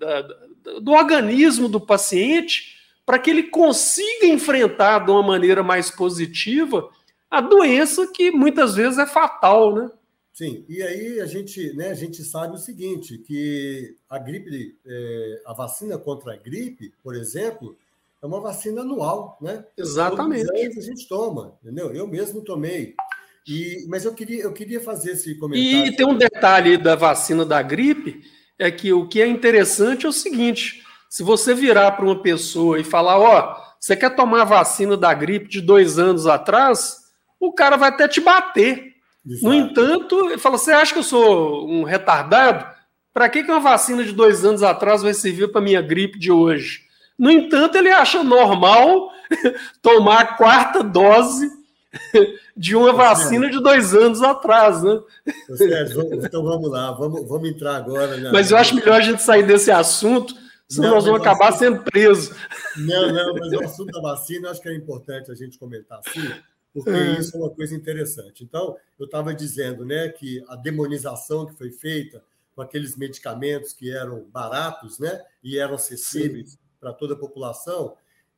organismo do paciente para que ele consiga enfrentar de uma maneira mais positiva a doença que muitas vezes é fatal, né? Sim, e aí a gente sabe o seguinte, que a gripe, a vacina contra a gripe, por exemplo, é uma vacina anual, né? Exatamente. Todos os anos a gente toma, entendeu? Eu mesmo tomei. Mas eu queria fazer esse comentário. E tem um detalhe da vacina da gripe, é que o que é interessante é o seguinte, se você virar para uma pessoa e falar, você quer tomar a vacina da gripe de 2 anos atrás, o cara vai até te bater. Exato. No entanto, ele fala, você acha que eu sou um retardado? Para que uma vacina de 2 anos atrás vai servir para a minha gripe de hoje? No entanto, ele acha normal tomar a 4ª dose de uma vacina de 2 anos atrás, né? Sérgio, então vamos lá, vamos entrar agora. Mas eu acho melhor a gente sair desse assunto, senão nós vamos acabar sendo presos. Não, mas o assunto da vacina, eu acho que é importante a gente comentar assim, porque isso é uma coisa interessante. Então, eu estava dizendo, né, que a demonização que foi feita com aqueles medicamentos que eram baratos, né, e eram acessíveis para toda a população,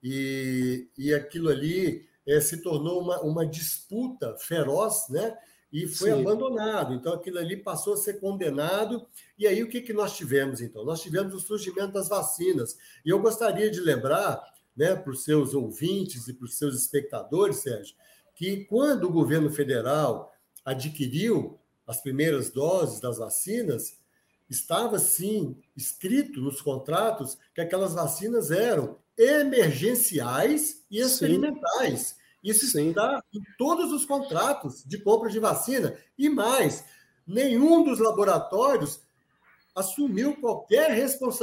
e aquilo ali se tornou uma disputa feroz, né, e foi abandonado. Então, aquilo ali passou a ser condenado. E aí, o que nós tivemos, então? Nós tivemos o surgimento das vacinas. E eu gostaria de lembrar, né, para os seus ouvintes e para os seus espectadores, Sérgio, que quando o governo federal adquiriu as primeiras doses das vacinas, estava, sim, escrito nos contratos que aquelas vacinas eram emergenciais e experimentais. Isso está em todos os contratos de compra de vacina. E mais, nenhum dos laboratórios assumiu qualquer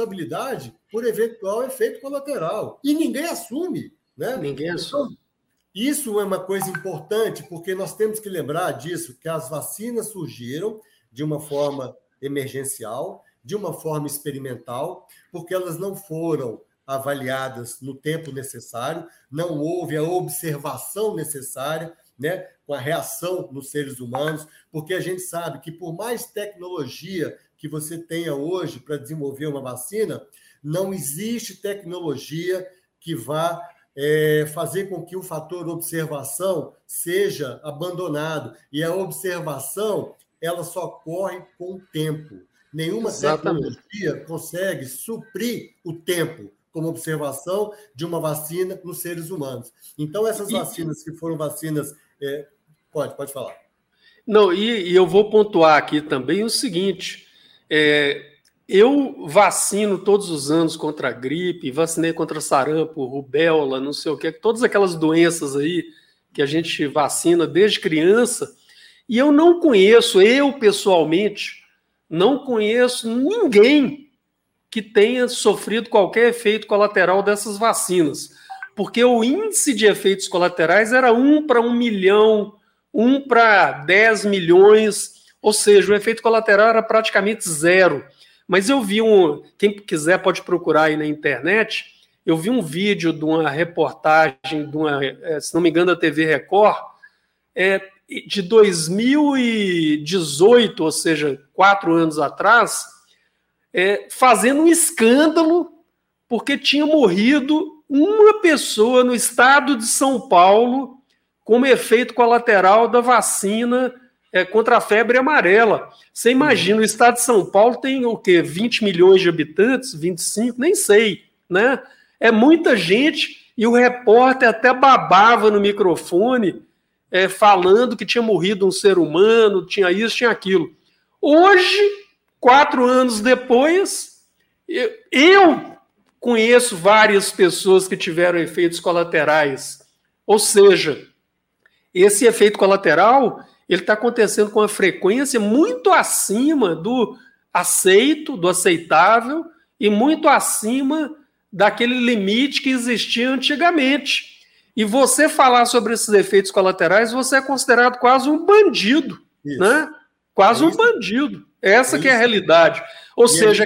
responsabilidade por eventual efeito colateral. E ninguém assume, né? Ninguém assume. Isso é uma coisa importante, porque nós temos que lembrar disso, que as vacinas surgiram de uma forma emergencial, de uma forma experimental, porque elas não foram avaliadas no tempo necessário, não houve a observação necessária, né, com a reação nos seres humanos, porque a gente sabe que por mais tecnologia que você tenha hoje para desenvolver uma vacina, não existe tecnologia que vá fazer com que o fator observação seja abandonado. E a observação, ela só ocorre com o tempo. Nenhuma tecnologia consegue suprir o tempo como observação de uma vacina nos seres humanos. Então, essas vacinas que foram vacinas... Pode falar. Não, e eu vou pontuar aqui também o seguinte... Eu vacino todos os anos contra a gripe, vacinei contra sarampo, rubéola, não sei o que, todas aquelas doenças aí que a gente vacina desde criança, e eu não conheço, eu pessoalmente, não conheço ninguém que tenha sofrido qualquer efeito colateral dessas vacinas, porque o índice de efeitos colaterais era 1 para 1 milhão, 1 para 10 milhões, ou seja, o efeito colateral era praticamente zero. Mas eu vi quem quiser pode procurar aí na internet, eu vi um vídeo de uma reportagem, se não me engano, da TV Record, de 2018, ou seja, 4 anos atrás, fazendo um escândalo, porque tinha morrido uma pessoa no estado de São Paulo como efeito colateral da vacina contra a febre amarela. Você imagina, o estado de São Paulo tem o quê? 20 milhões de habitantes? 25? Nem sei, né? É muita gente, e o repórter até babava no microfone, falando que tinha morrido um ser humano, tinha isso, tinha aquilo. Hoje, 4 anos depois, eu conheço várias pessoas que tiveram efeitos colaterais. Ou seja, esse efeito colateral... ele está acontecendo com uma frequência muito acima do aceito, do aceitável, e muito acima daquele limite que existia antigamente. E você falar sobre esses efeitos colaterais, você é considerado quase um bandido, né? Quase um bandido. Essa que é a realidade. Ou seja,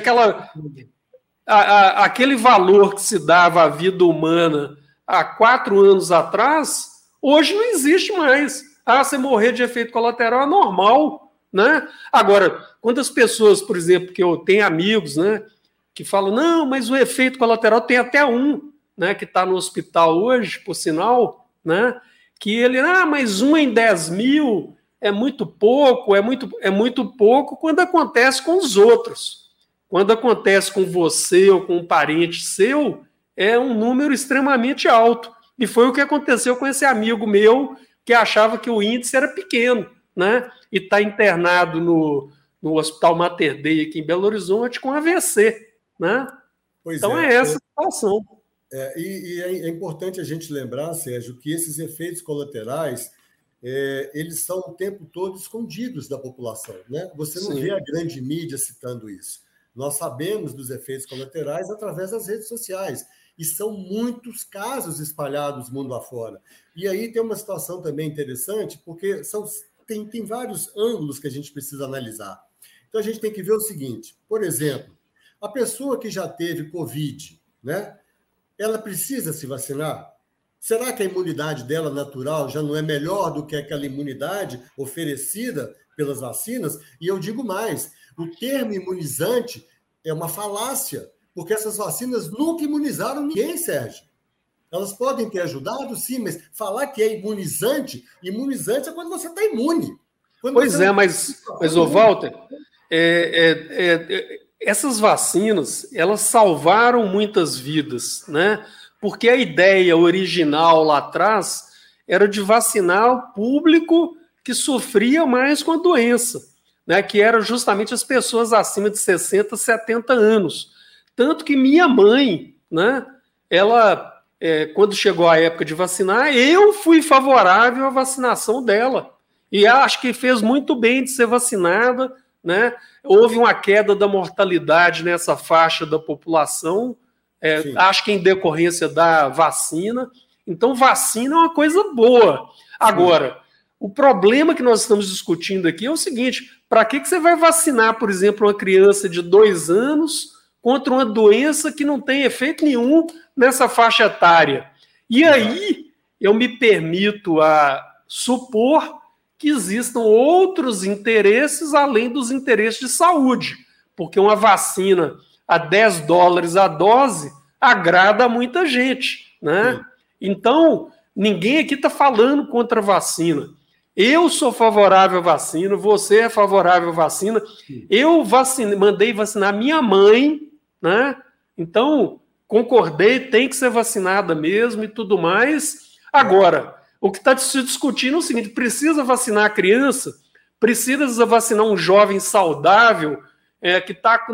aquele valor que se dava à vida humana há 4 anos atrás, hoje não existe mais. Você morrer de efeito colateral é normal, né? Agora, quantas pessoas, por exemplo, que eu tenho amigos, né, que falam, não, mas o efeito colateral tem até um, né, que está no hospital hoje, por sinal, né, que ele, mas 1 em 10 mil é muito pouco, é muito pouco quando acontece com os outros. Quando acontece com você ou com um parente seu, é um número extremamente alto. E foi o que aconteceu com esse amigo meu, que achava que o índice era pequeno, né? E está internado no Hospital Mater Dei aqui em Belo Horizonte com AVC, né? Então é essa a situação. E é importante a gente lembrar, Sérgio, que esses efeitos colaterais, eles são o tempo todo escondidos da população, né? Você não vê a grande mídia citando isso. Nós sabemos dos efeitos colaterais através das redes sociais. E são muitos casos espalhados mundo afora. E aí tem uma situação também interessante, porque tem vários ângulos que a gente precisa analisar. Então, a gente tem que ver o seguinte, por exemplo, a pessoa que já teve Covid, né, ela precisa se vacinar? Será que a imunidade dela natural já não é melhor do que aquela imunidade oferecida pelas vacinas? E eu digo mais, o termo imunizante é uma falácia, porque essas vacinas nunca imunizaram ninguém, Sérgio. Elas podem ter ajudado, sim, mas falar que é imunizante é quando você está imune. Mas ô Walter, essas vacinas, elas salvaram muitas vidas, né? Porque a ideia original lá atrás era de vacinar o público que sofria mais com a doença, né? Que eram justamente as pessoas acima de 60, 70 anos. Tanto que minha mãe, né, ela, quando chegou a época de vacinar, eu fui favorável à vacinação dela. E acho que fez muito bem de ser vacinada, né? Houve uma queda da mortalidade nessa faixa da população, acho que em decorrência da vacina. Então, vacina é uma coisa boa. Agora, o problema que nós estamos discutindo aqui é o seguinte: para que você vai vacinar, por exemplo, uma criança de 2 anos contra uma doença que não tem efeito nenhum nessa faixa etária? E aí, eu me permito a supor que existam outros interesses além dos interesses de saúde, porque uma vacina a $10 a dose agrada a muita gente, né? Então, ninguém aqui está falando contra a vacina. Eu sou favorável à vacina, você é favorável à vacina. Eu mandei vacinar minha mãe, né? Então, concordei, tem que ser vacinada mesmo e tudo mais. Agora, o que está se discutindo é o seguinte: precisa vacinar a criança? Precisa vacinar um jovem saudável, que está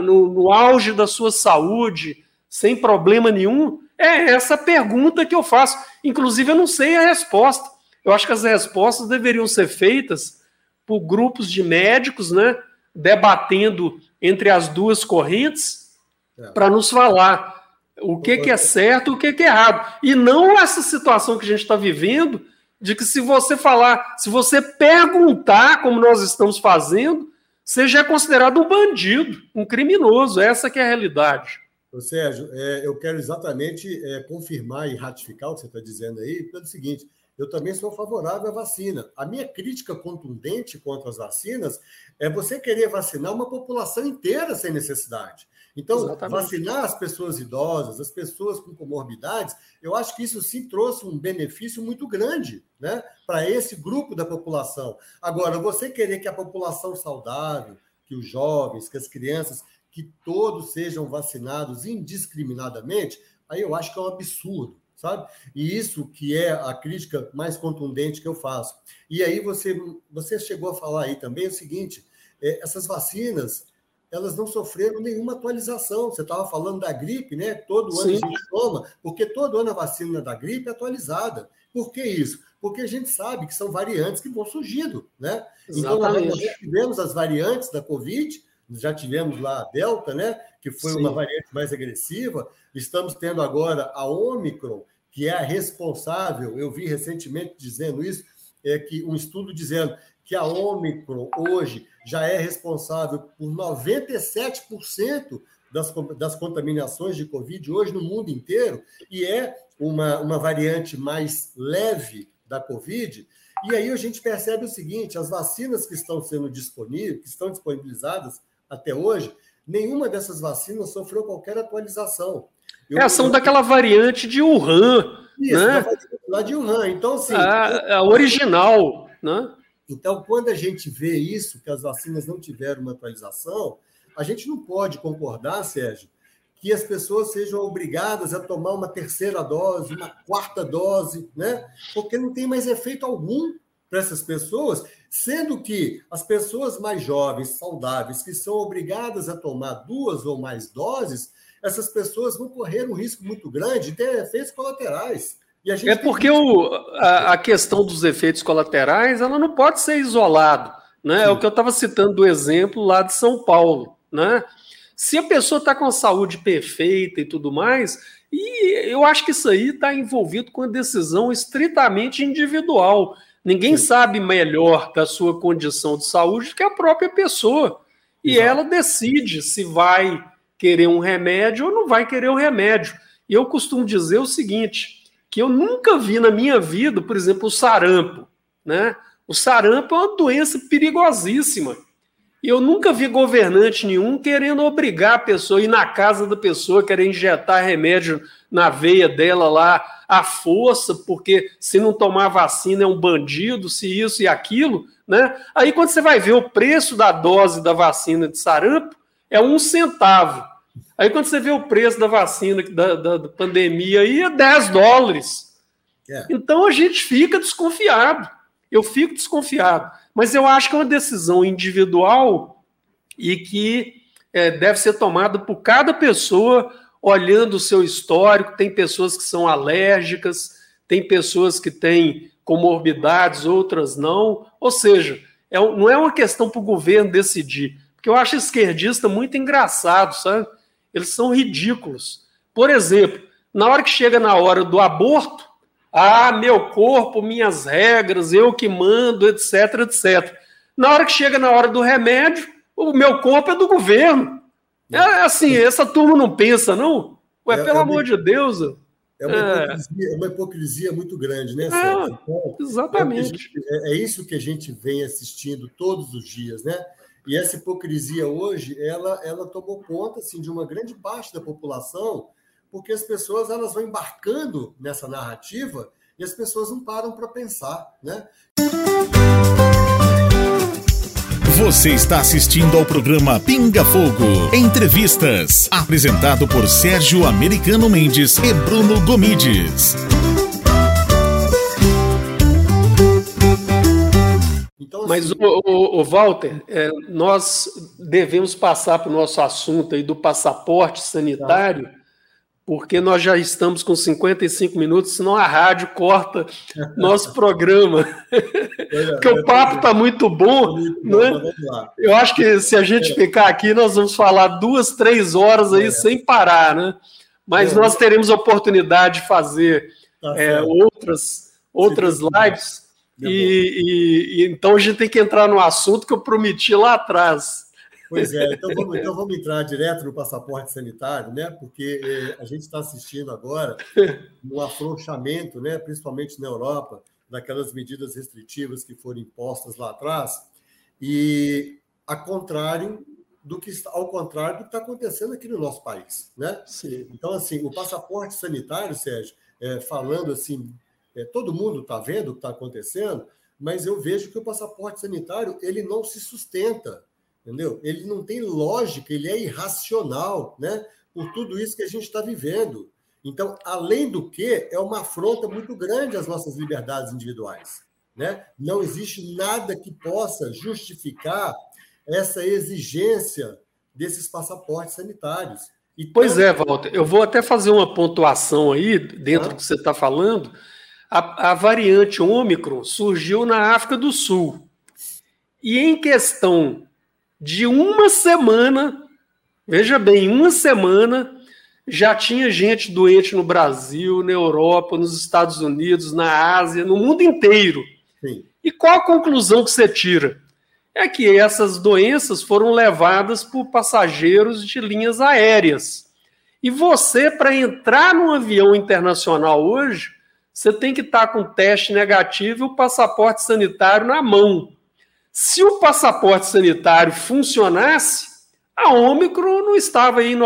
no auge da sua saúde, sem problema nenhum? É essa pergunta que eu faço. Inclusive, eu não sei a resposta. Eu acho que as respostas deveriam ser feitas por grupos de médicos, né, debatendo entre as duas correntes, para nos falar o que é certo e o que é errado. E não essa situação que a gente está vivendo, de que se você falar, se você perguntar, como nós estamos fazendo, você já é considerado um bandido, um criminoso. Essa que é a realidade. Ô, Sérgio, eu quero exatamente confirmar e ratificar o que você está dizendo aí, pelo seguinte: eu também sou favorável à vacina. A minha crítica contundente contra as vacinas é você querer vacinar uma população inteira sem necessidade. Então, exatamente, vacinar as pessoas idosas, as pessoas com comorbidades, eu acho que isso sim trouxe um benefício muito grande, né, para esse grupo da população. Agora, você querer que a população saudável, que os jovens, que as crianças, que todos sejam vacinados indiscriminadamente, aí eu acho que é um absurdo, sabe? E isso que é a crítica mais contundente que eu faço. E aí você chegou a falar aí também o seguinte: essas vacinas, elas não sofreram nenhuma atualização. Você estava falando da gripe, né? Todo ano a gente toma, porque todo ano a vacina da gripe é atualizada. Por que isso? Porque a gente sabe que são variantes que vão surgindo, né? Exatamente. Então, nós já tivemos as variantes da Covid, já tivemos lá a Delta, né, que foi uma variante mais agressiva. Estamos tendo agora a Ômicron, que é a responsável, eu vi recentemente dizendo isso, que um estudo dizendo que a Ômicron hoje já é responsável por 97% das contaminações de Covid hoje no mundo inteiro, e é uma variante mais leve da Covid. E aí a gente percebe o seguinte: as vacinas que estão sendo disponíveis, que estão disponibilizadas até hoje, nenhuma dessas vacinas sofreu qualquer atualização. São daquela variante de Wuhan. Isso, né? Lá de Wuhan. Então, assim, a original, né? Então, quando a gente vê isso, que as vacinas não tiveram uma atualização, a gente não pode concordar, Sérgio, que as pessoas sejam obrigadas a tomar uma terceira dose, uma quarta dose, né? Porque não tem mais efeito algum para essas pessoas, sendo que as pessoas mais jovens, saudáveis, que são obrigadas a tomar 2 ou mais doses, essas pessoas vão correr um risco muito grande de ter efeitos colaterais. E a gente porque a questão dos efeitos colaterais, ela não pode ser isolada, né? É o que eu estava citando do exemplo lá de São Paulo, né? Se a pessoa está com a saúde perfeita e tudo mais, e eu acho que isso aí está envolvido com a decisão estritamente individual. Ninguém sabe melhor da sua condição de saúde que a própria pessoa. E ela decide se vai querer um remédio ou não vai querer um remédio. E eu costumo dizer o seguinte, que eu nunca vi na minha vida, por exemplo, o sarampo, né? O sarampo é uma doença perigosíssima. E eu nunca vi governante nenhum querendo obrigar a pessoa a ir na casa da pessoa, querer injetar remédio na veia dela lá à força, porque se não tomar vacina é um bandido, se isso e aquilo, né? Aí quando você vai ver o preço da dose da vacina de sarampo, é 1 centavo. Aí quando você vê o preço da vacina da pandemia aí é $10. Então a gente fica desconfiado. Eu fico desconfiado. Mas eu acho que é uma decisão individual e que deve ser tomada por cada pessoa, olhando o seu histórico. Tem pessoas que são alérgicas, tem pessoas que têm comorbidades, outras não. Ou seja, não é uma questão para o governo decidir. Porque eu acho esquerdista muito engraçado, sabe? Eles são ridículos. Por exemplo, na hora que chega na hora do aborto, meu corpo, minhas regras, eu que mando, etc, etc. Na hora que chega na hora do remédio, o meu corpo é do governo. É assim, essa turma não pensa, não? Ué, pelo amor de Deus. É uma hipocrisia muito grande, né, Sérgio? Então, exatamente. É isso que a gente vem assistindo todos os dias, né? E essa hipocrisia hoje, ela tomou conta assim, de uma grande parte da população, porque as pessoas elas vão embarcando nessa narrativa e as pessoas não param para pensar, né? Você está assistindo ao programa Pinga Fogo Entrevistas, apresentado por Sérgio Americano Mendes e Bruno Gomides. Então, assim... Mas, o Walter, nós devemos passar para o nosso assunto aí do passaporte sanitário, porque nós já estamos com 55 minutos, senão a rádio corta nosso programa. Porque o papo está muito bom, né? Eu acho que se a gente ficar aqui, nós vamos falar 2, 3 horas aí sem parar, né? Mas nós teremos a oportunidade de fazer outras lives, e então a gente tem que entrar no assunto que eu prometi lá atrás. Pois é, então vamos entrar direto no passaporte sanitário, né? Porque a gente está assistindo agora um afrouxamento, né? Principalmente na Europa, daquelas medidas restritivas que foram impostas lá atrás, e ao contrário do que está acontecendo aqui no nosso país, né? Sim. Então, assim, o passaporte sanitário, Sérgio, falando assim, todo mundo está vendo o que está acontecendo, mas eu vejo que o passaporte sanitário ele não se sustenta. Entendeu? Ele não tem lógica, ele é irracional, né? Por tudo isso que a gente está vivendo. Então, além do que, é uma afronta muito grande às nossas liberdades individuais, né? Não existe nada que possa justificar essa exigência desses passaportes sanitários. Então, pois é, Walter, eu vou até fazer uma pontuação aí, dentro do que você está falando. A variante Ômicron surgiu na África do Sul. E em questão de uma semana, veja bem, uma semana, já tinha gente doente no Brasil, na Europa, nos Estados Unidos, na Ásia, no mundo inteiro. Sim. E qual a conclusão que você tira? É que essas doenças foram levadas por passageiros de linhas aéreas. E você, para entrar num avião internacional hoje, você tem que estar com teste negativo e o passaporte sanitário na mão. Se o passaporte sanitário funcionasse, a Ômicron não estava aí em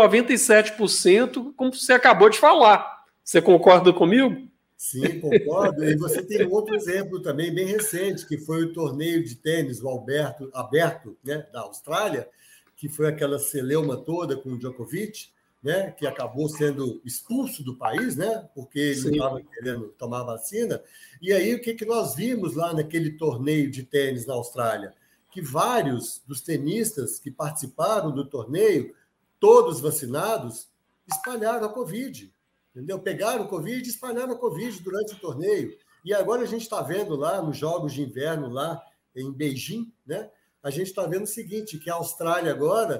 97%, como você acabou de falar. Você concorda comigo? Sim, concordo. E você tem outro exemplo também bem recente, que foi o torneio de tênis, o aberto, né, da Austrália, que foi aquela celeuma toda com o Djokovic, né, que acabou sendo expulso do país, né, porque ele não estava querendo tomar vacina. E aí, o que nós vimos lá naquele torneio de tênis na Austrália? Que vários dos tenistas que participaram do torneio, todos vacinados, espalharam a Covid. Entendeu? Pegaram o Covid e espalharam a Covid durante o torneio. E agora a gente está vendo lá nos Jogos de Inverno, lá em Beijing, né, a gente está vendo o seguinte, que a Austrália agora...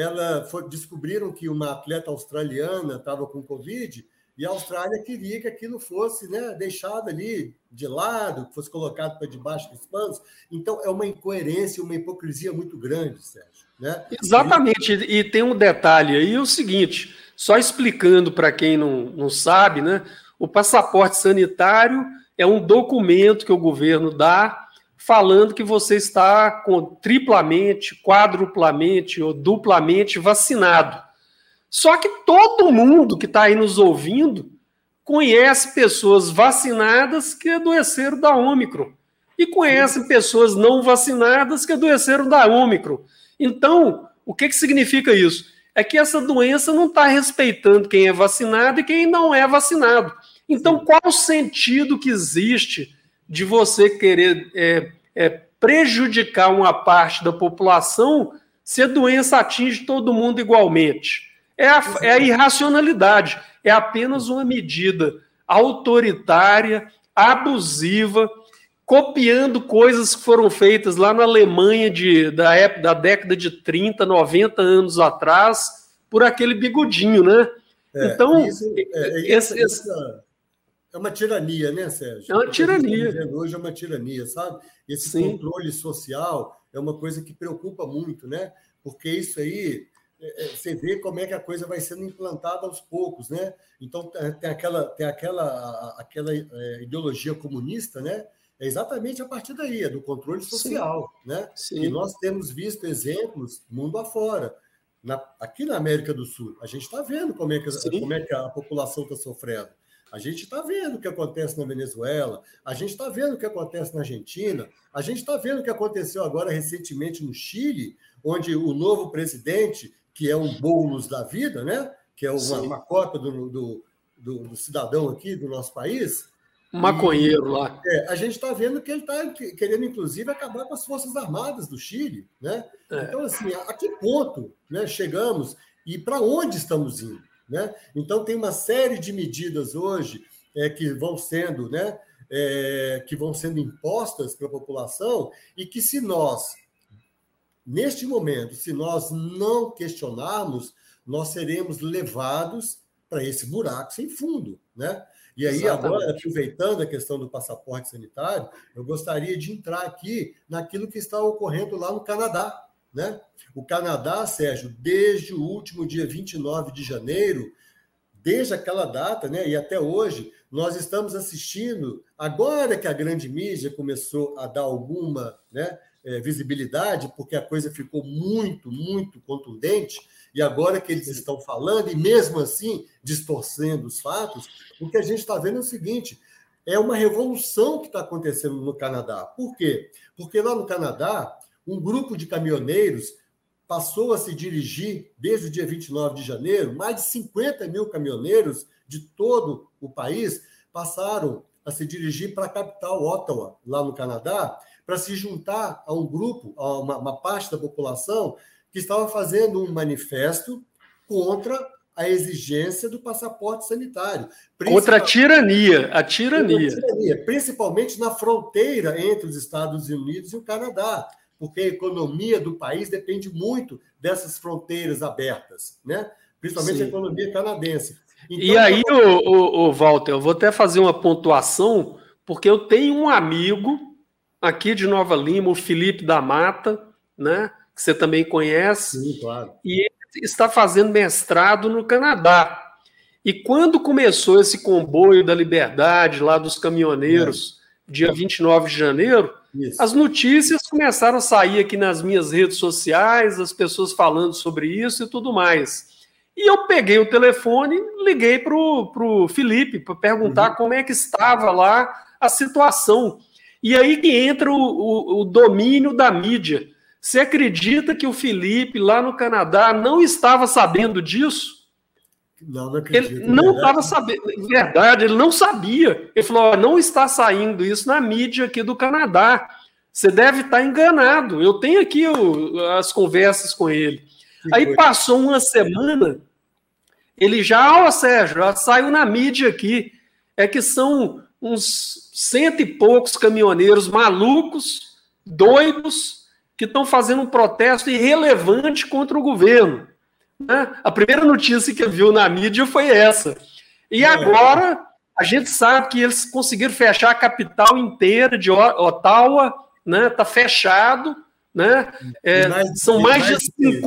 descobriram que uma atleta australiana estava com Covid e a Austrália queria que aquilo fosse, né, deixado ali de lado, que fosse colocado para debaixo dos panos. Então, é uma incoerência, uma hipocrisia muito grande, Sérgio. Né? Exatamente. E tem um detalhe aí, o seguinte, só explicando para quem não sabe, né, o passaporte sanitário é um documento que o governo dá falando que você está triplamente, quadruplamente ou duplamente vacinado. Só que todo mundo que está aí nos ouvindo conhece pessoas vacinadas que adoeceram da Ômicron e conhece pessoas não vacinadas que adoeceram da Ômicron. Então, o que significa isso? É que essa doença não está respeitando quem é vacinado e quem não é vacinado. Então, qual o sentido que existe de você querer prejudicar uma parte da população se a doença atinge todo mundo igualmente? É a irracionalidade, é apenas uma medida autoritária, abusiva, copiando coisas que foram feitas lá na Alemanha da década de 30, 90 anos atrás, por aquele bigodinho, né? Então, é uma tirania, né, Sérgio? É uma tirania. O que a gente está vivendo hoje é uma tirania, sabe? Esse Sim. controle social é uma coisa que preocupa muito, né? Porque isso aí, você vê como é que a coisa vai sendo implantada aos poucos, né? Então, tem aquela ideologia comunista, né? É exatamente a partir daí, do controle social, sim, né? Sim. E nós temos visto exemplos mundo afora. Aqui na América do Sul, a gente está vendo como é que a população está sofrendo. A gente está vendo o que acontece na Venezuela, a gente está vendo o que acontece na Argentina, a gente está vendo o que aconteceu agora recentemente no Chile, onde o novo presidente, que é um Boulos da vida, né? Que é uma cópia do cidadão aqui do nosso país. Maconheiro lá. A gente está vendo que ele está querendo, inclusive, acabar com as Forças Armadas do Chile, né? Então, assim, a que ponto, né, chegamos e para onde estamos indo, né? Então, tem uma série de medidas hoje que vão sendo, né, que vão sendo impostas para a população e que, se nós, neste momento, se nós não questionarmos, nós seremos levados para esse buraco sem fundo, né? E aí, agora, aproveitando a questão do passaporte sanitário, eu gostaria de entrar aqui naquilo que está ocorrendo lá no Canadá, né? O Canadá, Sérgio, desde o último dia 29 de janeiro, desde aquela data, né, e até hoje, nós estamos assistindo, agora que a grande mídia começou a dar alguma, né, visibilidade, porque a coisa ficou muito, muito contundente, e agora que eles estão falando, e mesmo assim distorcendo os fatos, o que a gente está vendo é o seguinte, é uma revolução que está acontecendo no Canadá. Por quê? Porque lá no Canadá, um grupo de caminhoneiros passou a se dirigir, desde o dia 29 de janeiro, mais de 50 mil caminhoneiros de todo o país passaram a se dirigir para a capital, Ottawa, lá no Canadá, para se juntar a um grupo, a uma parte da população que estava fazendo um manifesto contra a exigência do passaporte sanitário. Contra a tirania. Principalmente na fronteira entre os Estados Unidos e o Canadá, porque a economia do país depende muito dessas fronteiras abertas, né? Principalmente Sim. a economia canadense. Então, e aí, Walter, eu vou até fazer uma pontuação, porque eu tenho um amigo aqui de Nova Lima, o Felipe da Mata, né? Que você também conhece, Sim, claro. E ele está fazendo mestrado no Canadá. E quando começou esse comboio da liberdade lá dos caminhoneiros, dia 29 de janeiro, Isso. As notícias começaram a sair aqui nas minhas redes sociais, as pessoas falando sobre isso e tudo mais. E eu peguei o telefone e liguei para o Felipe para perguntar como é que estava lá a situação. E aí que entra o domínio da mídia. Você acredita que o Felipe, lá no Canadá, não estava sabendo disso? Não acredito. Ele não estava sabendo. Verdade, ele não sabia. Ele falou, não está saindo isso na mídia aqui do Canadá. Você deve estar enganado. Eu tenho aqui as conversas com ele. Aí passou uma semana, ele já, Sérgio, já saiu na mídia aqui. É que são uns 100 e poucos caminhoneiros malucos, doidos, que estão fazendo um protesto irrelevante contra o governo. Né? A primeira notícia que eu vi na mídia foi essa. E agora, a gente sabe que eles conseguiram fechar a capital inteira de Ottawa, né? Está fechado. Né? São mais de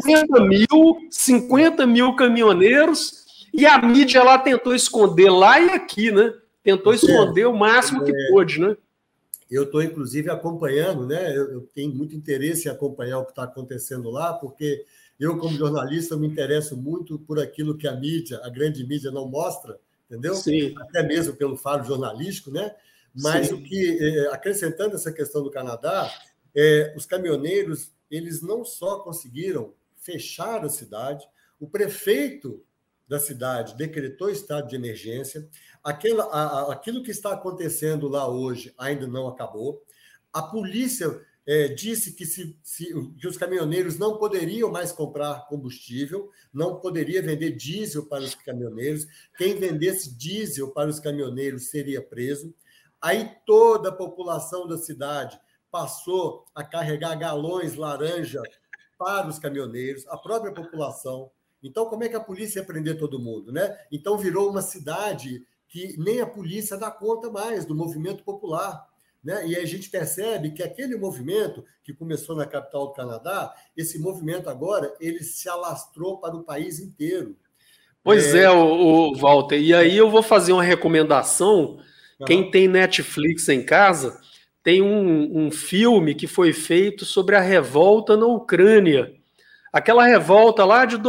50 mil caminhoneiros, e a mídia lá tentou esconder lá e aqui, né? Tentou esconder o máximo que pôde, né? Eu estou, inclusive, acompanhando, né? Eu tenho muito interesse em acompanhar o que está acontecendo lá, porque eu, como jornalista, me interesso muito por aquilo que a mídia, a grande mídia, não mostra, entendeu? Sim. Até mesmo pelo faro jornalístico, né? Mas o que, acrescentando essa questão do Canadá, os caminhoneiros, eles não só conseguiram fechar a cidade, o prefeito da cidade decretou estado de emergência, aquilo que está acontecendo lá hoje ainda não acabou, a polícia disse que que os caminhoneiros não poderiam mais comprar combustível, não poderia vender diesel para os caminhoneiros, quem vendesse diesel para os caminhoneiros seria preso, aí toda a população da cidade passou a carregar galões laranja para os caminhoneiros, a própria população. Então, como é que a polícia ia prender todo mundo, né? Então, virou uma cidade que nem a polícia dá conta mais do movimento popular, né? E aí a gente percebe que aquele movimento que começou na capital do Canadá, esse movimento agora, ele se alastrou para o país inteiro. Pois o Walter, e aí eu vou fazer uma recomendação. Quem tem Netflix em casa, tem um filme que foi feito sobre a revolta na Ucrânia. Aquela revolta lá de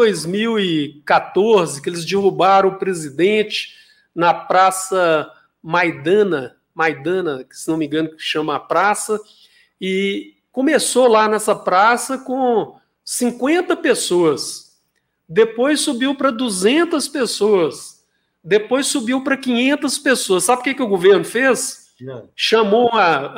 2014, que eles derrubaram o presidente na Praça Maidana, que se não me engano que chama a praça, e começou lá nessa praça com 50 pessoas, depois subiu para 200 pessoas, depois subiu para 500 pessoas. Sabe o que o governo fez? Não. Chamou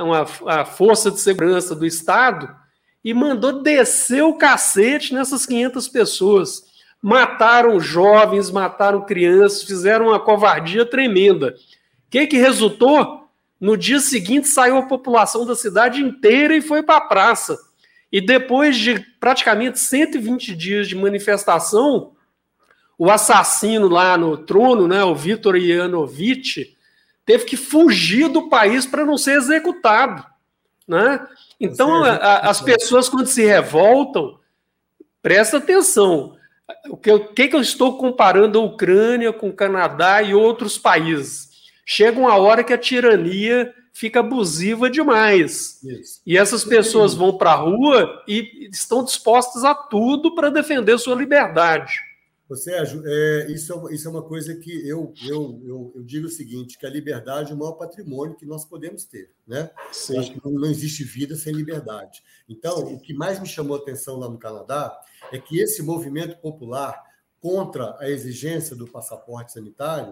a Força de Segurança do Estado e mandou descer o cacete nessas 500 pessoas. Mataram jovens, mataram crianças, fizeram uma covardia tremenda. O que resultou? No dia seguinte saiu a população da cidade inteira e foi para a praça. E depois de praticamente 120 dias de manifestação, o assassino lá no trono, né, o Viktor Yanukovych, teve que fugir do país para não ser executado, né? Então, as pessoas, quando se revoltam, presta atenção. O que eu estou comparando a Ucrânia com o Canadá e outros países? Chega uma hora que a tirania fica abusiva demais. Isso. E essas pessoas vão para a rua e estão dispostas a tudo para defender sua liberdade. Sérgio, isso é uma coisa que eu digo o seguinte, que a liberdade é o maior patrimônio que nós podemos ter, né? Sim. Acho que não existe vida sem liberdade. Então, o que mais me chamou a atenção lá no Canadá é que esse movimento popular contra a exigência do passaporte sanitário,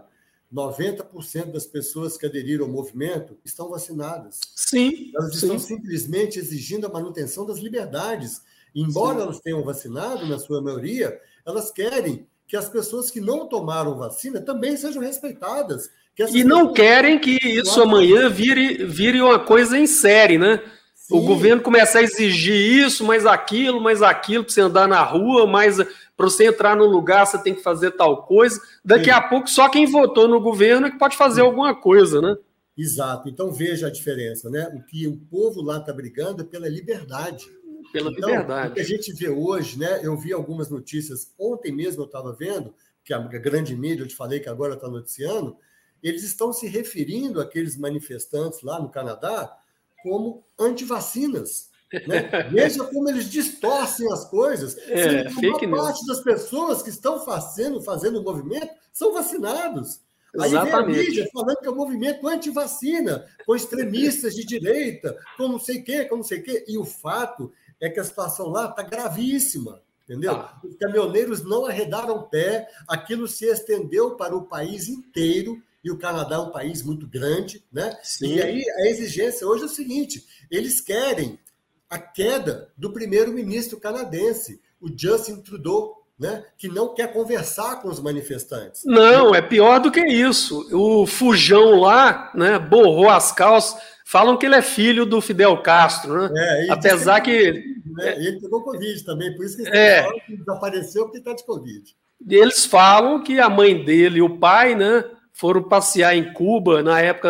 90% das pessoas que aderiram ao movimento estão vacinadas. Sim. Elas estão simplesmente exigindo a manutenção das liberdades. Embora elas tenham vacinado, na sua maioria, elas querem que as pessoas que não tomaram vacina também sejam respeitadas. E não querem que isso amanhã vire uma coisa em série, né? Sim. O governo começa a exigir isso, mais aquilo, para você andar na rua, mais para você entrar no lugar você tem que fazer tal coisa. Daqui a pouco só quem votou no governo é que pode fazer alguma coisa, né? Exato. Então veja a diferença, né? O que o povo lá está brigando é pela liberdade. Pela liberdade. O que a gente vê hoje, né? Eu vi algumas notícias, ontem mesmo eu estava vendo, que a grande mídia, eu te falei que agora está noticiando, eles estão se referindo àqueles manifestantes lá no Canadá como antivacinas. Né? Veja como eles distorcem as coisas. A maior parte das pessoas que estão fazendo o movimento são vacinados. Exatamente. Aí vem a mídia falando que é um movimento anti-vacina, com extremistas de direita, com não sei o quê. E o fato é que a situação lá está gravíssima, entendeu? Os caminhoneiros não arredaram pé, aquilo se estendeu para o país inteiro, e o Canadá é um país muito grande, né? Sim. E aí a exigência hoje é o seguinte, eles querem a queda do primeiro-ministro canadense, o Justin Trudeau, né, que não quer conversar com os manifestantes. Não, é pior do que isso. O Fujão lá, né, borrou as calças, falam que ele é filho do Fidel Castro, né? Apesar que... Ele pegou Covid também, por isso que ele desapareceu, porque está de Covid. Eles falam que a mãe dele e o pai, né, foram passear em Cuba na época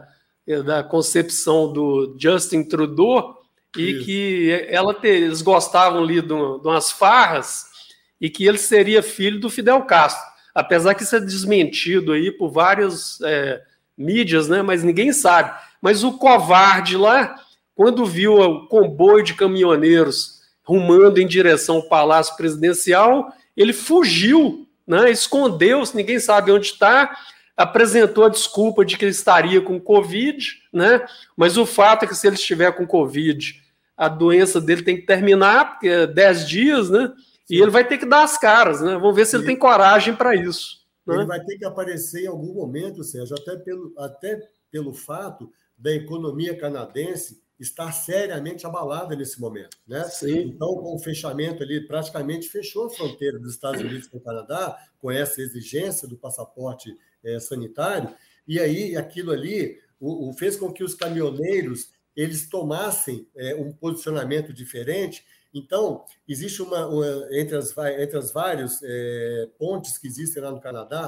da concepção do Justin Trudeau, e que eles gostavam ali de umas farras, e que ele seria filho do Fidel Castro. Apesar que isso é desmentido aí por várias mídias, né? Mas ninguém sabe. Mas o covarde lá, quando viu o comboio de caminhoneiros rumando em direção ao Palácio Presidencial, ele fugiu, né? Escondeu-se, ninguém sabe onde está, apresentou a desculpa de que ele estaria com Covid, né? Mas o fato é que se ele estiver com Covid, a doença dele tem que terminar, porque é 10 dias, né? Sim. E ele vai ter que dar as caras, né? Vamos ver se ele tem coragem para isso. Né? Ele vai ter que aparecer em algum momento, Sérgio, até pelo fato da economia canadense estar seriamente abalada nesse momento. Né? Sim. Então, com o fechamento ali, praticamente fechou a fronteira dos Estados Unidos com o Canadá, com essa exigência do passaporte sanitário, e aí aquilo ali fez com que os caminhoneiros eles tomassem um posicionamento diferente. Então, existe entre as várias pontes que existem lá no Canadá,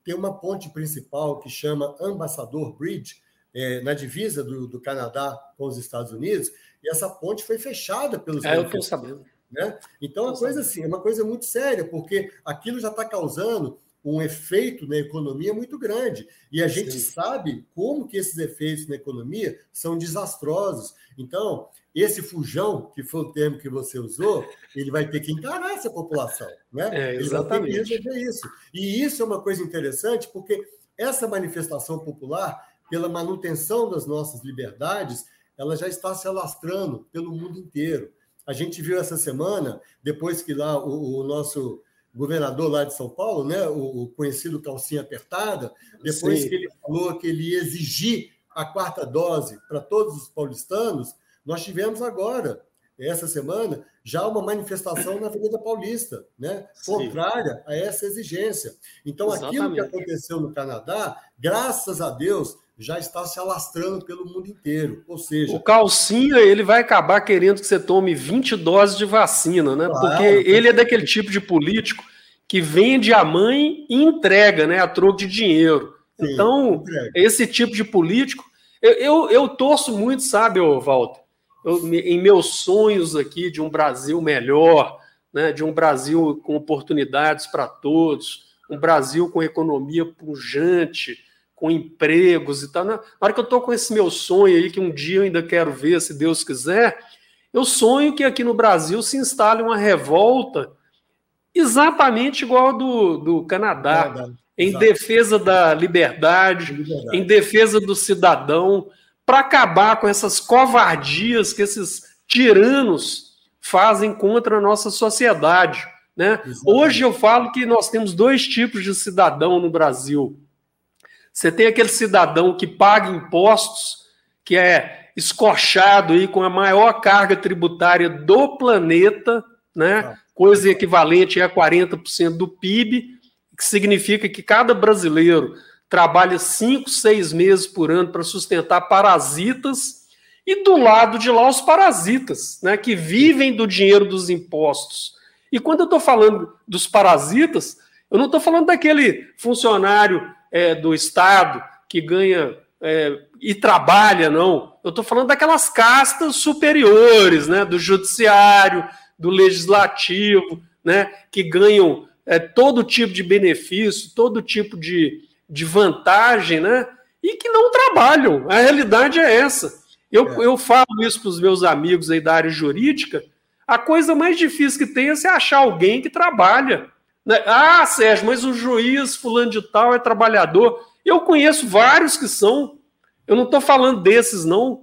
tem uma ponte principal que chama Ambassador Bridge, na divisa do Canadá com os Estados Unidos, e essa ponte foi fechada pelos eu estou sabendo. Né? Então, assim, é uma coisa muito séria, porque aquilo já está causando um efeito na economia muito grande. E a gente sabe como que esses efeitos na economia são desastrosos. Então, esse fujão, que foi o termo que você usou, ele vai ter que encarar essa população. Né? Exatamente. Ele vai ter que resolver isso. E isso é uma coisa interessante, porque essa manifestação popular, pela manutenção das nossas liberdades, ela já está se alastrando pelo mundo inteiro. A gente viu essa semana, depois que lá o nosso governador lá de São Paulo, né, o conhecido calcinha apertada, depois que ele falou que ele ia exigir a 4ª dose para todos os paulistanos, nós tivemos agora, essa semana, já uma manifestação na Avenida Paulista, né, contrária a essa exigência. Então, aquilo que aconteceu no Canadá, graças a Deus, já está se alastrando pelo mundo inteiro. Ou seja, o calcinha, ele vai acabar querendo que você tome 20 doses de vacina, né? Claro, porque ele é daquele tipo de político que vende a mãe e entrega, né, a troco de dinheiro. Sim, então, esse tipo de político... Eu torço muito, sabe, Walter? Em meus sonhos aqui de um Brasil melhor, né, de um Brasil com oportunidades para todos, um Brasil com economia pujante, com empregos e tal. Na hora que eu estou com esse meu sonho aí, que um dia eu ainda quero ver, se Deus quiser, eu sonho que aqui no Brasil se instale uma revolta exatamente igual a do Canadá, em defesa da liberdade, em defesa do cidadão, para acabar com essas covardias que esses tiranos fazem contra a nossa sociedade. Né? Hoje eu falo que nós temos 2 tipos de cidadão no Brasil. Você tem aquele cidadão que paga impostos, que é escorchado aí com a maior carga tributária do planeta, né? Coisa equivalente a 40% do PIB, que significa que cada brasileiro trabalha 5, 6 meses por ano para sustentar parasitas, e do lado de lá os parasitas, né? Que vivem do dinheiro dos impostos. E quando eu estou falando dos parasitas, eu não estou falando daquele funcionário do Estado que ganha e trabalha, não. Eu estou falando daquelas castas superiores, né, do judiciário, do legislativo, né, que ganham todo tipo de benefício, todo tipo de vantagem, né, e que não trabalham. A realidade é essa. Eu falo isso para os meus amigos aí da área jurídica. A coisa mais difícil que tem é você achar alguém que trabalha. Ah, Sérgio, mas o juiz fulano de tal é trabalhador. Eu conheço vários que são. Eu não estou falando desses, não.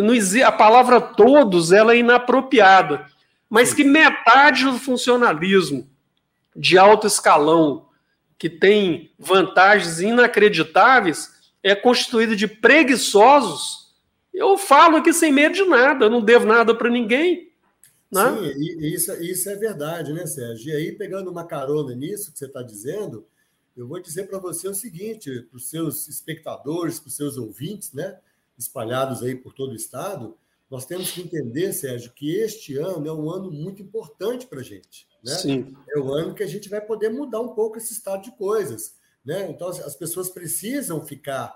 A palavra todos ela é inapropriada. Mas que metade do funcionalismo de alto escalão, que tem vantagens inacreditáveis, é constituído de preguiçosos. Eu falo aqui sem medo de nada. Eu não devo nada para ninguém. Sim, e isso é verdade, né, Sérgio? E aí, pegando uma carona nisso que você está dizendo, eu vou dizer para você o seguinte, para os seus espectadores, para os seus ouvintes, né, espalhados aí por todo o estado, nós temos que entender, Sérgio, que este ano é um ano muito importante para a gente. Né? Sim. É o ano que a gente vai poder mudar um pouco esse estado de coisas. Né? Então, as pessoas precisam ficar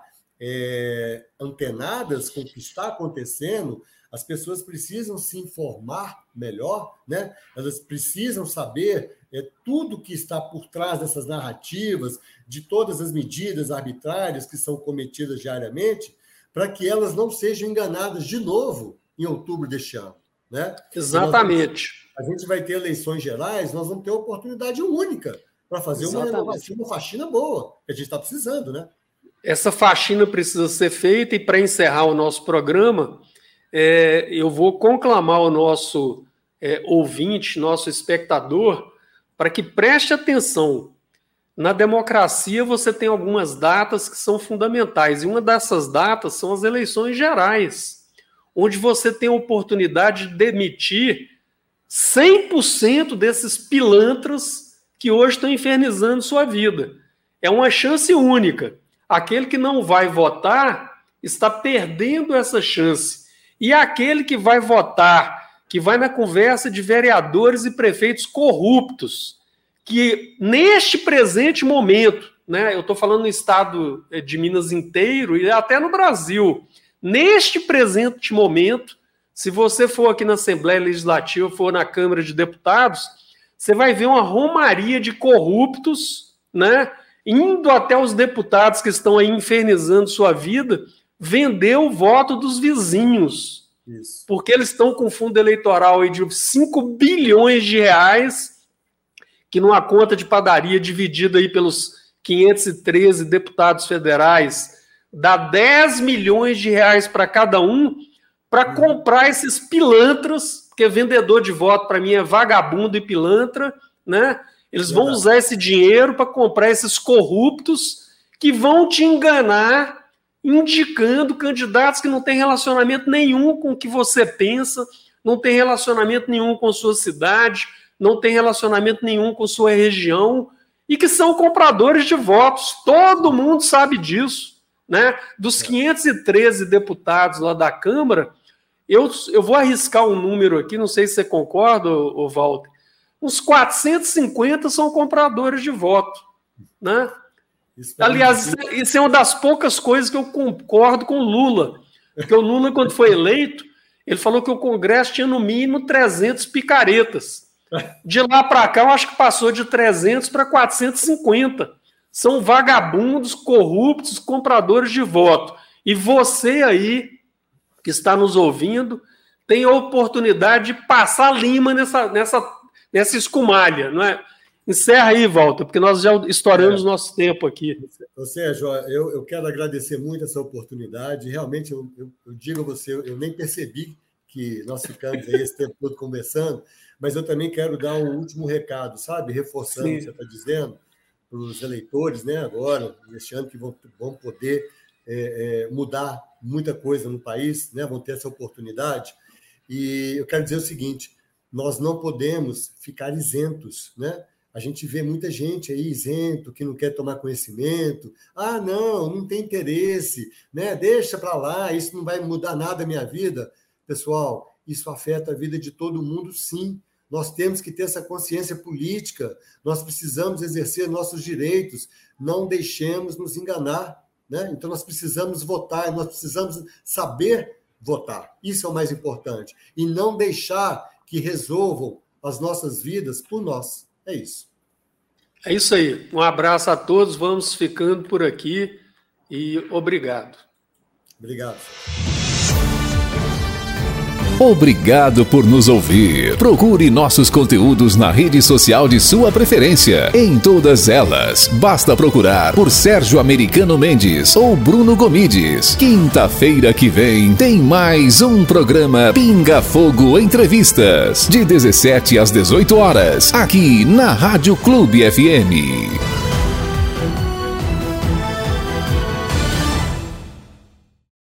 antenadas com o que está acontecendo. As pessoas precisam se informar melhor, né? Elas precisam saber tudo que está por trás dessas narrativas, de todas as medidas arbitrárias que são cometidas diariamente, para que elas não sejam enganadas de novo em outubro deste ano. Né? Exatamente. A gente vai ter eleições gerais, nós vamos ter uma oportunidade única para fazer uma renovação, uma faxina boa, que a gente está precisando. Né? Essa faxina precisa ser feita, e para encerrar o nosso programa, eu vou conclamar o nosso ouvinte, nosso espectador, para que preste atenção. Na democracia, você tem algumas datas que são fundamentais, e uma dessas datas são as eleições gerais, onde você tem a oportunidade de demitir 100% desses pilantras que hoje estão infernizando sua vida. É uma chance única. Aquele que não vai votar está perdendo essa chance. E aquele que vai votar, que vai na conversa de vereadores e prefeitos corruptos, que neste presente momento, né? Eu estou falando no estado de Minas inteiro e até no Brasil. Neste presente momento, se você for aqui na Assembleia Legislativa, for na Câmara de Deputados, você vai ver uma romaria de corruptos, né? Indo até os deputados que estão aí infernizando sua vida, vender o voto dos vizinhos. Isso. Porque eles estão com fundo eleitoral aí de 5 bilhões de reais, que numa conta de padaria dividida aí pelos 513 deputados federais, dá 10 milhões de reais para cada um, para comprar esses pilantras, porque vendedor de voto para mim é vagabundo e pilantra, né? Eles vão usar esse dinheiro para comprar esses corruptos que vão te enganar, indicando candidatos que não têm relacionamento nenhum com o que você pensa, não tem relacionamento nenhum com sua cidade, não tem relacionamento nenhum com sua região, e que são compradores de votos. Todo mundo sabe disso, né? Dos 513 deputados lá da Câmara, eu vou arriscar um número aqui, não sei se você concorda, Walter, uns 450 são compradores de voto, né? Aliás, isso é uma das poucas coisas que eu concordo com o Lula, porque o Lula, quando foi eleito, ele falou que o Congresso tinha no mínimo 300 picaretas. De lá para cá, eu acho que passou de 300 para 450. São vagabundos, corruptos, compradores de voto. E você aí, que está nos ouvindo, tem a oportunidade de passar lima nessa escumalha, não é? Encerra aí, Walter, porque nós já estouramos nosso tempo aqui. Sérgio, eu quero agradecer muito essa oportunidade. Realmente, eu digo a você, eu nem percebi que nós ficamos aí esse tempo todo conversando, mas eu também quero dar um último recado, sabe? Reforçando o que você está dizendo para os eleitores, né? Agora, neste ano, que vão poder mudar muita coisa no país, né? Vão ter essa oportunidade. E eu quero dizer o seguinte, nós não podemos ficar isentos, né? A gente vê muita gente aí isento, que não quer tomar conhecimento. Ah, não tem interesse, né? Deixa para lá, isso não vai mudar nada a minha vida. Pessoal, isso afeta a vida de todo mundo, sim. Nós temos que ter essa consciência política, nós precisamos exercer nossos direitos, não deixemos nos enganar, né? Então, nós precisamos votar, nós precisamos saber votar. Isso é o mais importante. E não deixar que resolvam as nossas vidas por nós. É isso. É isso aí. Um abraço a todos. Vamos ficando por aqui e obrigado. Obrigado. Obrigado por nos ouvir. Procure nossos conteúdos na rede social de sua preferência. Em todas elas, basta procurar por Sérgio Americano Mendes ou Bruno Gomides. Quinta-feira que vem tem mais um programa Pinga Fogo Entrevistas, de 17 às 18 horas, aqui na Rádio Clube FM.